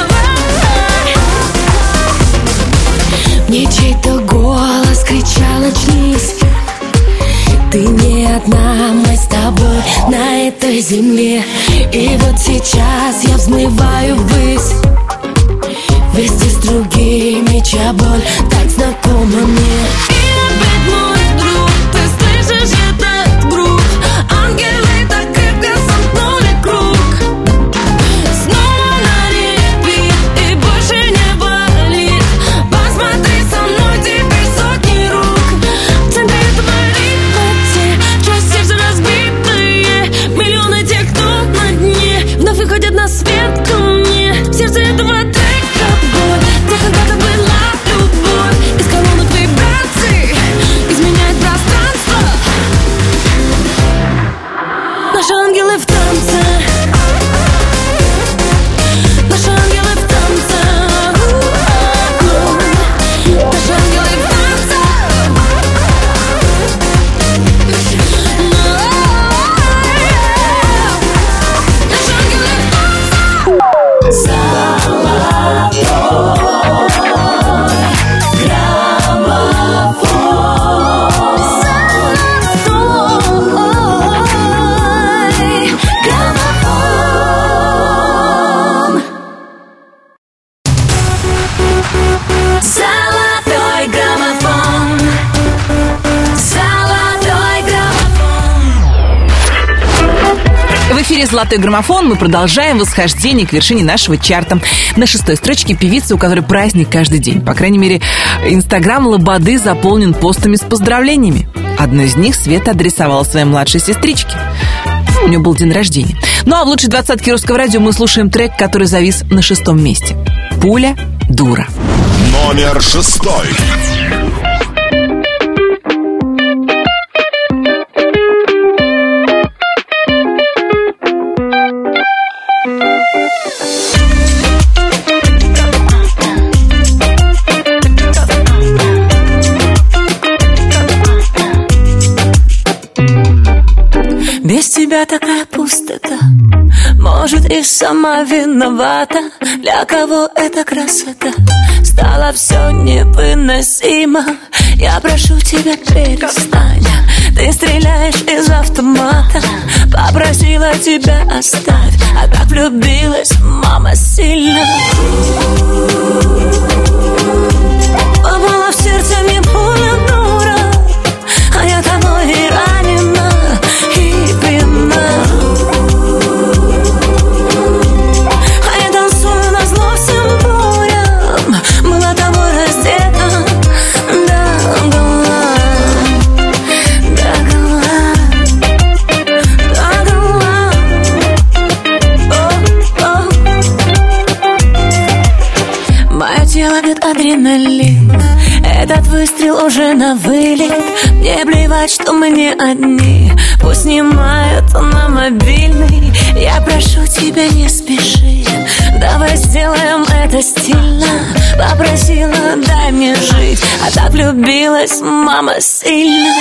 Давай. Мне чей-то голос кричал: очнись. Ты не одна, мы с тобой. тобой на этой земле. И вот сейчас я взмываю ввысь вместе с другими, чья боль так знакома мне. И опять мой друг, ты слышишь этот грув? Ангелы так крепко сомкнули круг. Снова на репит и больше не болит. Посмотри со мной, теперь сотни рук. В центре этого ритма те, чье сердце разбитое. Миллионы тех, кто на дне, вновь выходят на свет ко мне. В сердце этого трека боль, где когда-то была любовь. Из колонок вибраций изменяет пространство. Наши ангелы в танце. Наши ангелы в танце. Наши ангелы в танце. Наши ангелы в танце. Золотой граммофон. Золотой граммофон. Золотой граммофон. В эфире «Золотой граммофон». Мы продолжаем восхождение к вершине нашего чарта. На шестой строчке певица, у которой праздник каждый день. По крайней мере, инстаграм Лободы заполнен постами с поздравлениями. Одно из них Света адресовала своей младшей сестричке. У нее был день рождения. Ну а в лучшей двадцатке русского радио мы слушаем трек, который завис на шестом месте. «Пуля дура». Номер шестой. Без тебя такая пустота, может, и сама виновата. Для кого эта красота стала все невыносимо. Я прошу тебя, перестань. Ты стреляешь из автомата. Попросила тебя, оставь. А так влюбилась, мама, сильно. Попала в сердце мне пуля дура, а я тобой и ранена, и пьяна. А я танцую назло всем бурям, была тобой раздета до гола, до гола, до гола. Мое тело бьет адреналин, этот выстрел уже на вылет. Мне плевать, что мы не одни, пусть снимают на мобильный. Я прошу тебя, не спеши, давай сделаем это стильно. Попросила, дай мне жить, а так влюбилась, мама, сильно.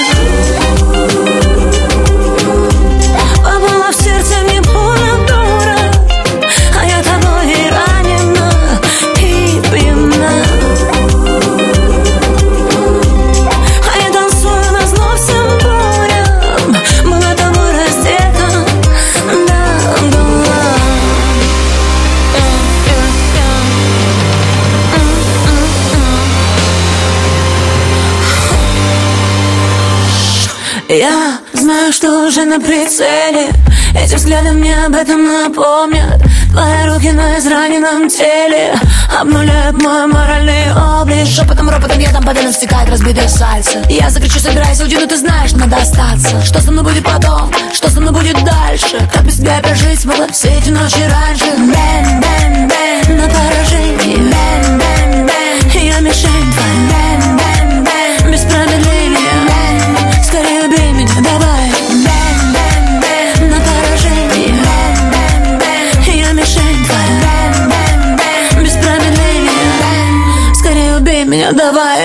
Попала в сердце мне пуля дура, а я тобой и ранена, и пьяна. Я знаю, что уже на прицеле, эти взгляды мне об этом напомнят. Твои руки на израненном теле обнуляют мой моральный облик. Шепотом, ропотом я там по венам стекает разбитое сальце. Я закричу, собирайся, уйди, но ты знаешь, надо остаться. Что со мной будет потом, что со мной будет дальше? Как без тебя опять жить смогла все эти ночи раньше? Бэн, бэн, бэн, на поражении. Бэн, бэн, бэн, я мишень твоя. Бэн, бэн, бэн, без промедления. Бэн, скорее убей меня, давай. Бэн, бэн, бэн, на поражении. Бэн, бэн, бэн, я мишень твоя. Бэн, бэн, бэн, без промедления. Бэн, скорее убей меня, давай.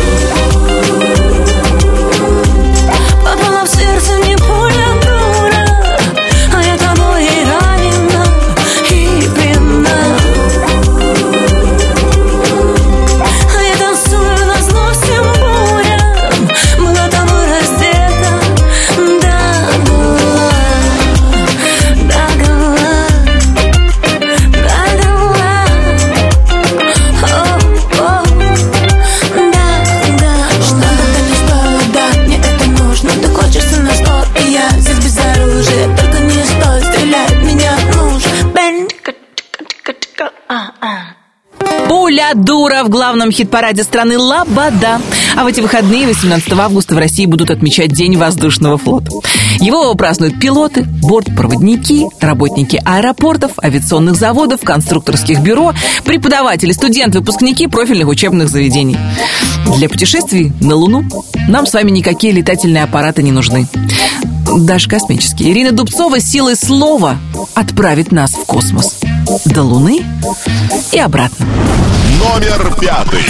Попала в сердце мне пуля дура, а я тобой и ранена, и пьяна. А я танцую назло всем бурям, была тобой раздета до гола. «Я дура» в главном хит-параде страны «Лобода». А в эти выходные, восемнадцатого августа, в России будут отмечать День воздушного флота. Его празднуют пилоты, бортпроводники, работники аэропортов, авиационных заводов, конструкторских бюро, преподаватели, студенты, выпускники профильных учебных заведений. Для путешествий на Луну нам с вами никакие летательные аппараты не нужны. Даже космические. Ирина Дубцова силой слова отправит нас в космос. До Луны и обратно. Номер пятый.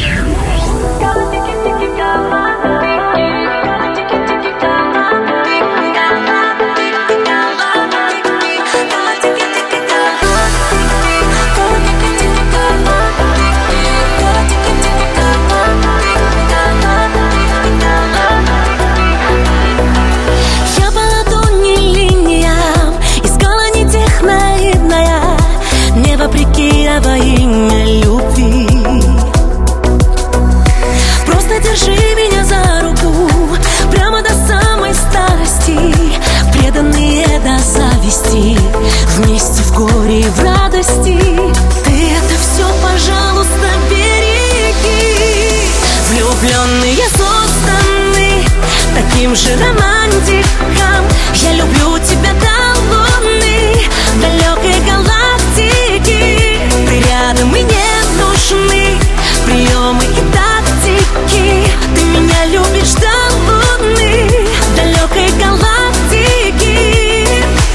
Вопреки во имя любви. Просто держи меня за руку прямо до самой старости, преданные до зависти, вместе в горе и в радости. Ты это все, пожалуйста, береги. Влюбленные созданы таким же романтиком. Я люблю тебя до луны, далекой галактики. Ты рядом и не нужны приемы и тактики. Ты меня любишь до луны, далекой галактики.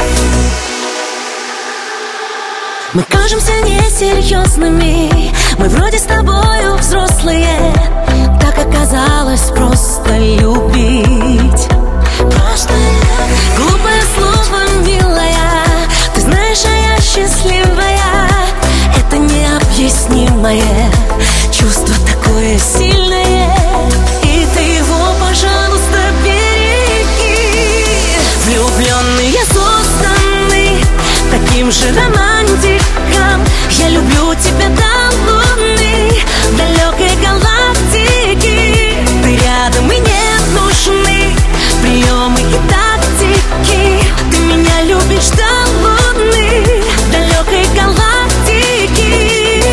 Мы кажемся несерьезными, мы вроде с тобою взрослые. Так оказалось просто любить. Просто глупое слово, милая. Ты знаешь, а я счастливая. Это необъяснимое чувство такое сильное. И ты его, пожалуйста, береги. Влюбленные созданы таким же романтиком. Я люблю тебя до луны, далекой галактики. Ты рядом и не нужны приемы и тактики. Ты меня любишь до луны, далекой галактики.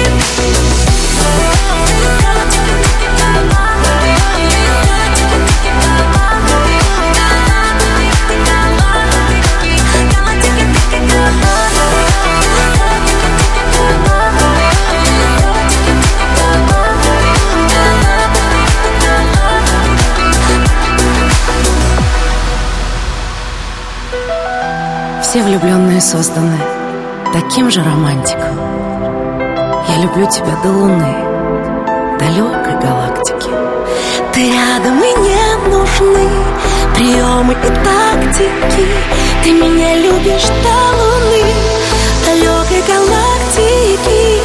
Все влюбленные созданы таким же романтиком. Я люблю тебя до луны, далекой галактики. Ты рядом и не нужны приемы и тактики. Ты меня любишь до луны, далекой галактики.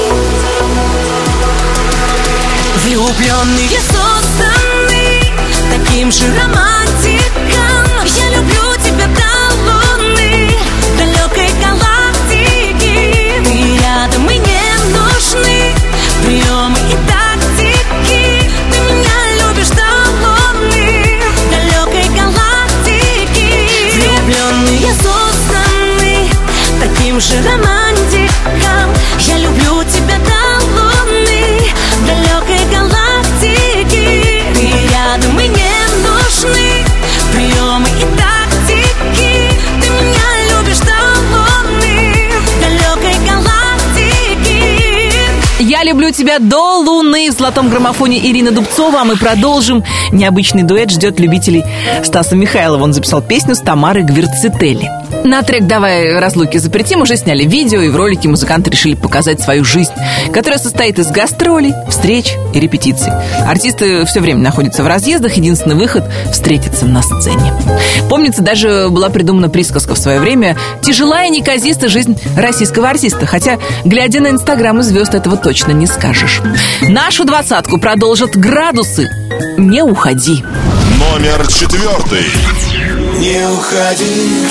Влюбленные созданы таким же романтиком. Я люблю тебя до луны, далекой галактики. Ты рядом и не нужны приемы и тактики. Ты меня любишь до луны, далекой галактики. Влюбленные созданы таким же романтиком. Я люблю тебя до луны, далекой галактики. Ты рядом и не нужны приемы и тактики. Ты меня любишь до луны, далекой галактики. «Я люблю тебя до луны» в золотом граммофоне Ирина Дубцова. А мы продолжим. Необычный дуэт ждет любителей Стаса Михайлова. Он записал песню с Тамарой Гвирцителли. На трек «Давай разлуки запретим» уже сняли видео, и в ролике музыканты решили показать свою жизнь, которая состоит из гастролей, встреч и репетиций. Артисты все время находятся в разъездах, единственный выход – встретиться на сцене. Помнится, даже была придумана присказка в свое время «Тяжелая и неказиста жизнь российского артиста», хотя, глядя на инстаграмы звезд, этого точно не скажешь. Нашу двадцатку продолжат «Градусы». Не уходи. Номер четвертый. Не уходи,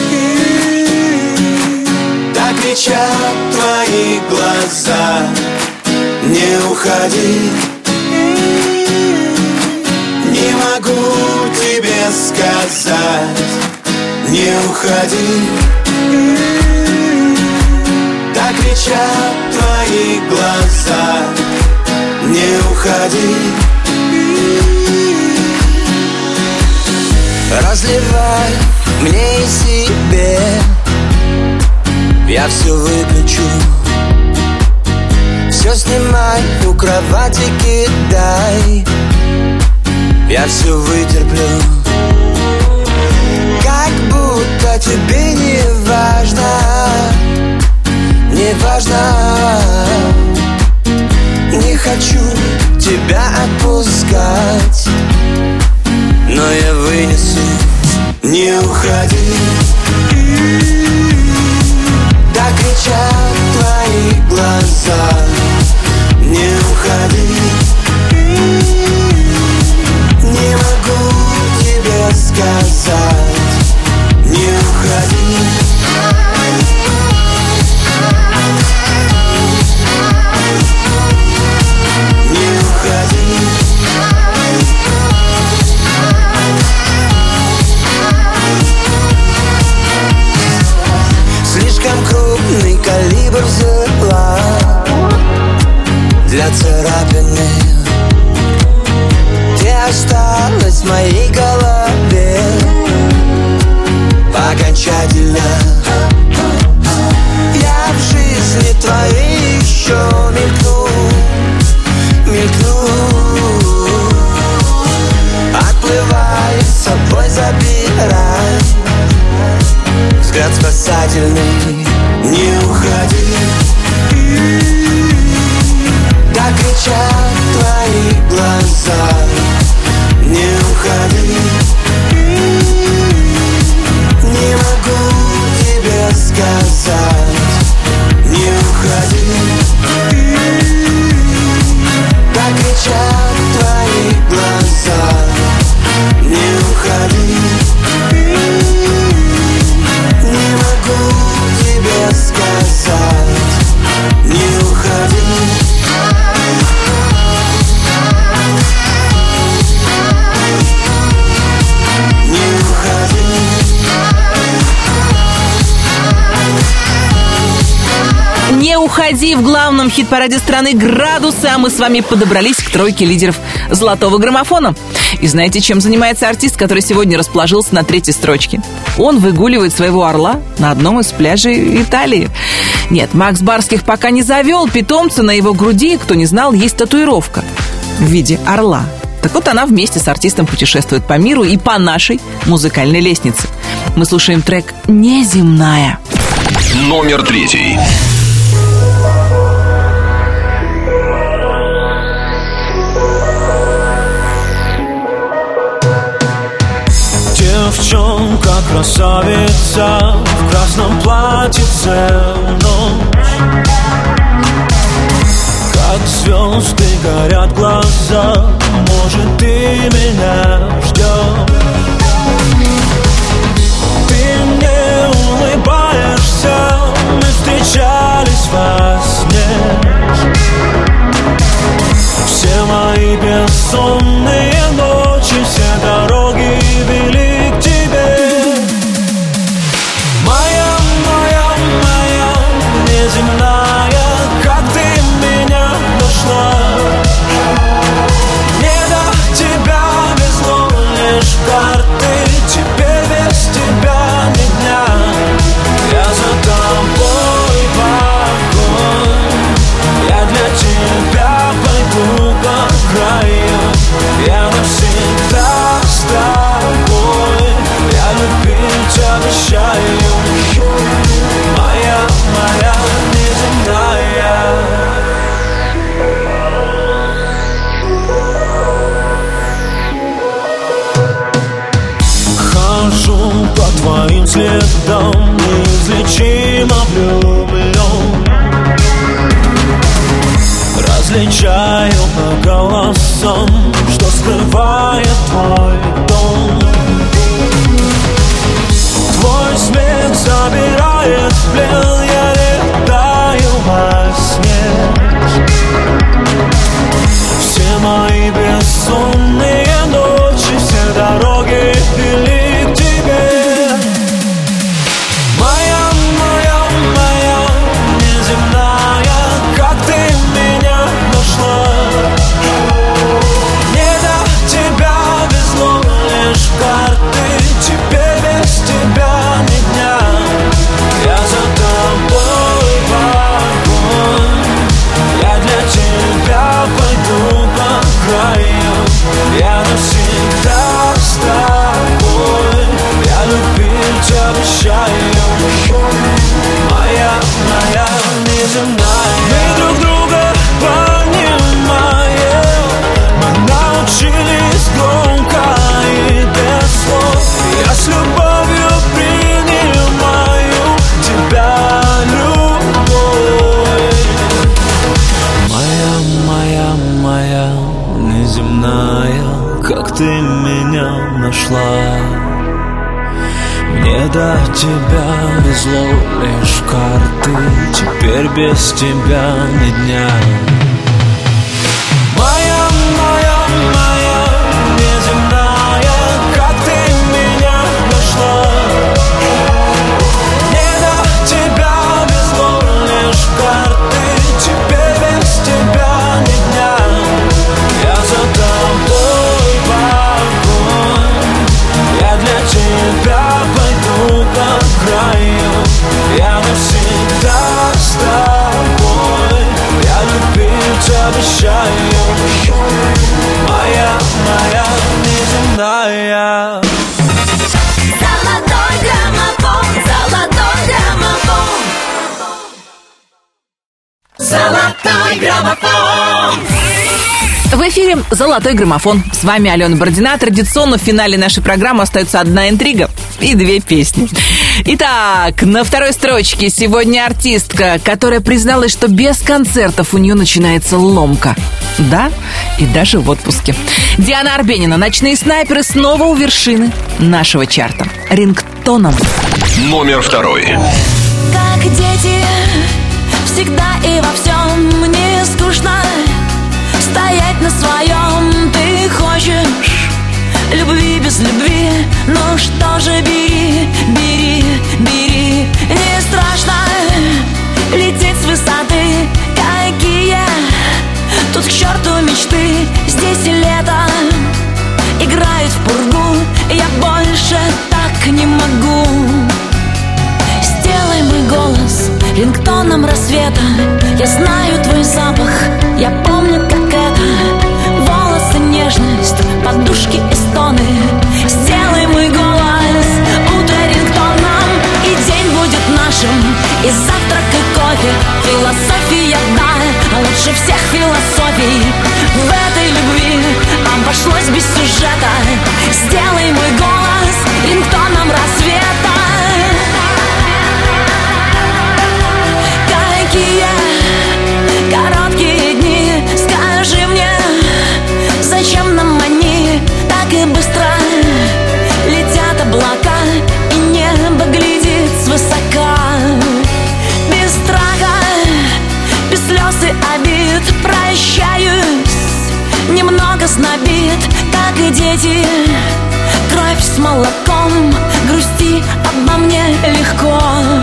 так кричат твои глаза. Не уходи, не могу тебе сказать. Не уходи, так кричат твои глаза. не уходи. Разливай мне и себе, я все выключу. Все снимай, у кровати кидай, я все вытерплю. Как будто тебе не важно, не важно. Не хочу тебя отпускать, но я вынесу. Не уходи, так кричат твои глаза. Не уходи, не могу тебе сказать. Не уходи. Не уходи. Слишком крупный калибр взяла для царапины. Ты осталась в моей голове окончательно. Я в жизни твоей еще мелькну, мелькну. Отплывай, с собой забирай взгляд спасательный. Не уходи, так кричат твои глаза. Не уходи, не могу тебе сказать. Не уходи, так кричат твои глаза. Не уходи, не могу тебе сказать. Не уходи. Не уходи. Не уходи в главном хит-параде страны «Градусы», а мы с вами подобрались к тройке лидеров «Золотого граммофона». И знаете, чем занимается артист, который сегодня расположился на третьей строчке? Он выгуливает своего орла на одном из пляжей Италии. Нет, Макс Барских пока не завел питомца, на его груди, кто не знал, есть татуировка в виде орла. Так вот, она вместе с артистом путешествует по миру и по нашей музыкальной лестнице. Мы слушаем трек «Неземная». Номер третий. Девчонка, красавица, в красном платьице ночь. Как звезды горят глаза, может, ты меня ждешь. Ты мне улыбаешься, мы встречались во сне. Все мои бессонные ночи, все дороги вели к тебе. Моя, моя, моя неземная, как ты меня нашла. Не до тебя везло лишь карты, теперь без тебя ни дня. Я за тобой в огонь, я для тебя пойду по краю. Я навсегда с тобой, я любить обещаю. Моя, моя неземная. Хожу по твоим следам, неизлечимо влюблен. Различаю по голосам, что скрывает твой дом. Твой смех забирает в плен, я летаю во сне. Все мои бессонные ночи, все дороги вели к тебе. Моя, моя, моя неземная, как ты меня нашла. знаю, как ты меня нашла. Мне до тебя везло лишь в карты, теперь без тебя ни дня. Моя, моя, моя неземная, как ты меня нашла. Мне до тебя везло лишь в карты, теперь без тебя ни дня. Я за тобой в огонь, я для тебя пойду по краю. Я навсегда с тобой, я любить обещаю. Моя, моя неземная. Золотой граммофон, золотой граммофон. Золотой граммофон. В эфире «Золотой граммофон». С вами Алена Бородина. Традиционно в финале нашей программы остается одна интрига и две песни. Итак, на второй строчке сегодня артистка, которая призналась, что без концертов у нее начинается ломка. Да, и даже в отпуске. Диана Арбенина, «Ночные снайперы» снова у вершины нашего чарта. Рингтоном. Номер второй. Как дети, всегда и во всем мне скучно стоять на своем. Ты хочешь любви без любви, ну что же, бери, бери, бери. Не страшно лететь с высоты, какие тут к черту мечты. Здесь и лето играет в пургу, я больше так не могу. Сделай мой голос рингтоном рассвета. Я знаю твой запах, я помню, как это. Волосы, нежность, подушки и стоны. Сделай мой голос утро рингтоном, и день будет нашим, и завтрак, и кофе. Философия, да, лучше всех философий. В этой любви обошлось без сюжета. Сделай мой голос рингтоном рассвета. Какие короткие дни, скажи мне, зачем нам они так и быстро летят облака, и небо глядит свысока. Без страха, без слез и обид прощаюсь, немного снобит, как и дети. Кровь с молоком, грусти обо мне легко.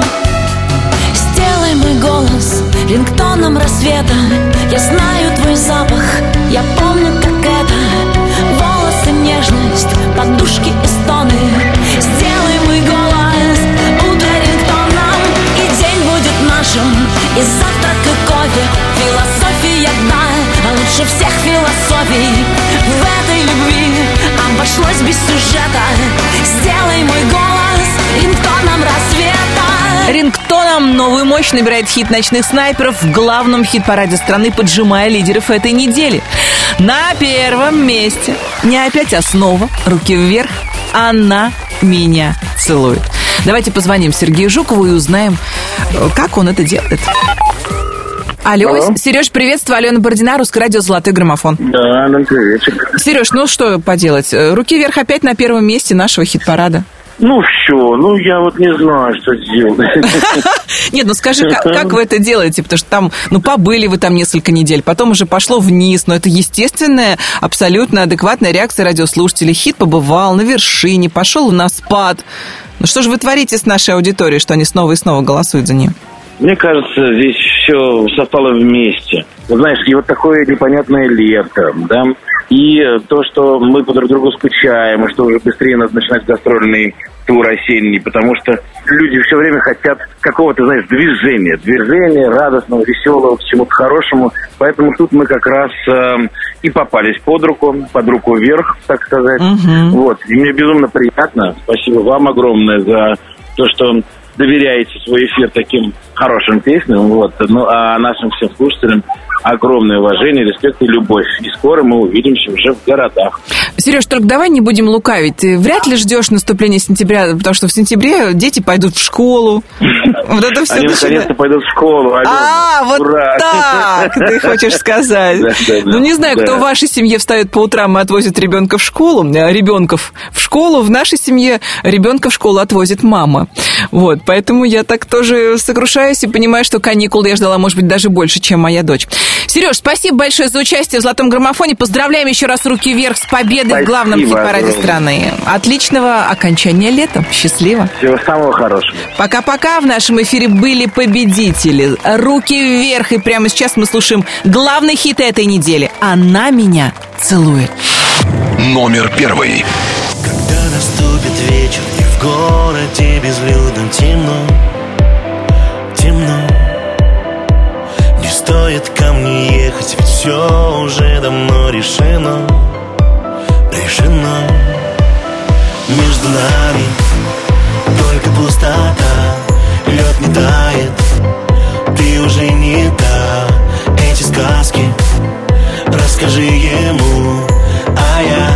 Сделай мой голос рингтоном рассвета. Я знаю твой запах, я помню, как это. Волосы, нежность, подушки и стоны. Сделай мой голос утро рингтоном, и день будет нашим, и завтрак, и кофе. Философия, да, лучше всех философий. В этой любви обошлось без сюжета. Сделай мой голос рингтоном рассвета. Рингтоном новую мощь набирает хит «Ночных снайперов» в главном хит-параде страны, поджимая лидеров этой недели. На первом месте не опять основа, руки вверх, «Она меня целует». Давайте позвоним Сергею Жукову и узнаем, как он это делает. Алло, Алло. Сереж, приветствую, Алена Бородина, Русское радио «Золотой граммофон». Да, добрый вечер. Сереж, ну что поделать, руки вверх опять на первом месте нашего хит-парада. Ну все, ну я вот не знаю, что делать. Нет, ну скажи, как, как вы это делаете? Потому что там, ну побыли вы там несколько недель, потом уже пошло вниз, но это естественная, абсолютно адекватная реакция радиослушателей. Хит побывал на вершине, пошел на спад. Ну что же вы творите с нашей аудиторией, что они снова и снова голосуют за нее? Мне кажется, здесь все совпало вместе. Знаешь, и вот такое непонятное лето, да, и то, что мы по друг другу скучаем, и что уже быстрее надо начинать гастрольный тур осенний, потому что люди все время хотят какого-то, знаешь, движения, движения радостного, веселого, к чему-то хорошему. Поэтому тут мы как раз э, и попались под руку, под руку вверх, так сказать. Угу. Вот. И мне безумно приятно. Спасибо вам огромное за то, что доверяете свой эфир таким хорошим песням. Вот. Ну, а нашим всем слушателям огромное уважение, респект и любовь. И скоро мы увидимся уже в городах. Сереж, только давай не будем лукавить. Ты вряд ли ждешь наступления сентября, потому что в сентябре дети пойдут в школу. Вот это все Они наконец-то пойдут в школу. А, вот так ты хочешь сказать. Ну, не знаю, кто в вашей семье встает по утрам и отвозит ребенка в школу, ребенков в школу. В нашей семье ребенка в школу отвозит мама. Вот, поэтому я так тоже сокрушаюсь и понимаю, что каникул я ждала, может быть, даже больше, чем моя дочь. Сереж, спасибо большое за участие в «Золотом граммофоне». Поздравляем еще раз «Руки вверх» с победой в главном хит-параде страны. Отличного окончания лета. Счастливо. Всего самого хорошего. Пока-пока. В нашем эфире были победители. «Руки вверх». И прямо сейчас мы слушаем главный хит этой недели. «Она меня целует». Номер первый. Когда наступит вечер и в городе безлюдно темно, темно, не стоит ко мне ехать, ведь все уже давно решено, решено. Между нами только пустота, лед не тает, ты уже не та. Эти сказки расскажи ему, а я,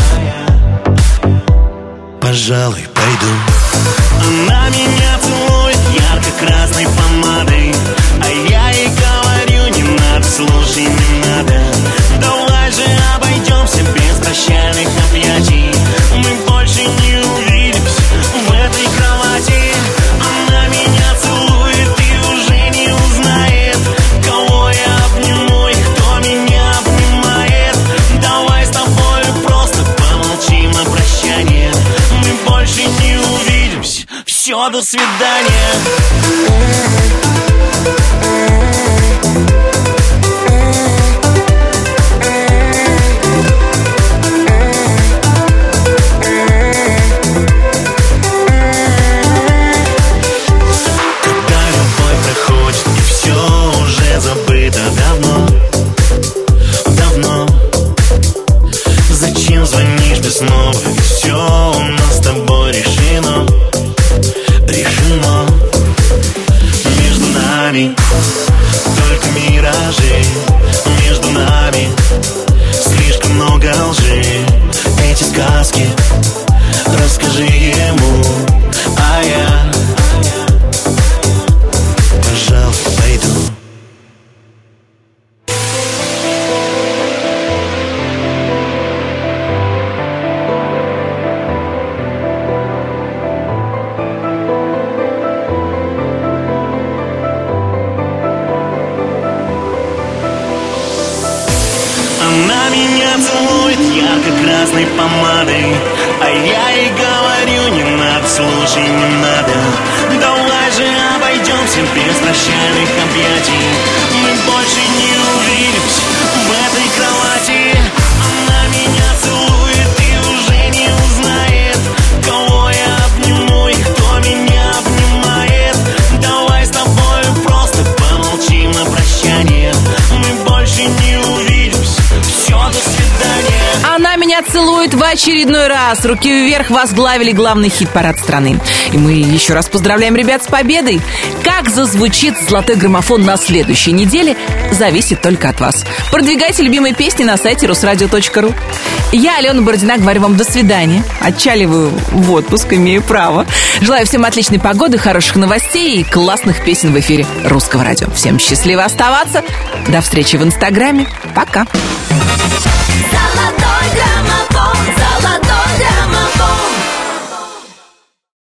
пожалуй, пойду. Она меня целует ярко-красной помадой, а я ей говорю, не надо, слушай, не надо. Давай же обойдемся без прощальных объятий. Мы больше не увидимся в этой кровати. Она меня целует и уже не узнает, кого я обниму и кто меня обнимает. Давай с тобой просто помолчим на прощание. Мы больше не увидимся. Все, до свидания. Давно, давно. Зачем звонишь ты снова? Ведь все у нас с тобой решено, решено. Между нами только миражи, между нами слишком много лжи. Эти сказки расскажи ему, а я, пожалуй, пойду. Она меня целует ярко-красной помадой, а я ей говорю, не надо, слушай, не надо. Давай же обойдемся без прощальных объятий. Мы больше не увидимся в этой кровати. Она меня целует и уже не узнает, кого я обниму и кто меня обнимает. Давай с тобой просто помолчим на прощание. Мы больше не увидимся. Все, до свидания. Она меня целует в очередной раз. «Руки вверх» возглавили главный хит-парад страны. И мы еще раз поздравляем ребят с победой. Как зазвучит «Золотой граммофон» на следующей неделе, зависит только от вас. Продвигайте любимые песни на сайте русрадио точка ру. Я, Алена Бородина, говорю вам до свидания. Отчаливаю в отпуск, имею право. Желаю всем отличной погоды, хороших новостей и классных песен в эфире Русского радио. Всем счастливо оставаться. До встречи в Инстаграме. Пока. Золотой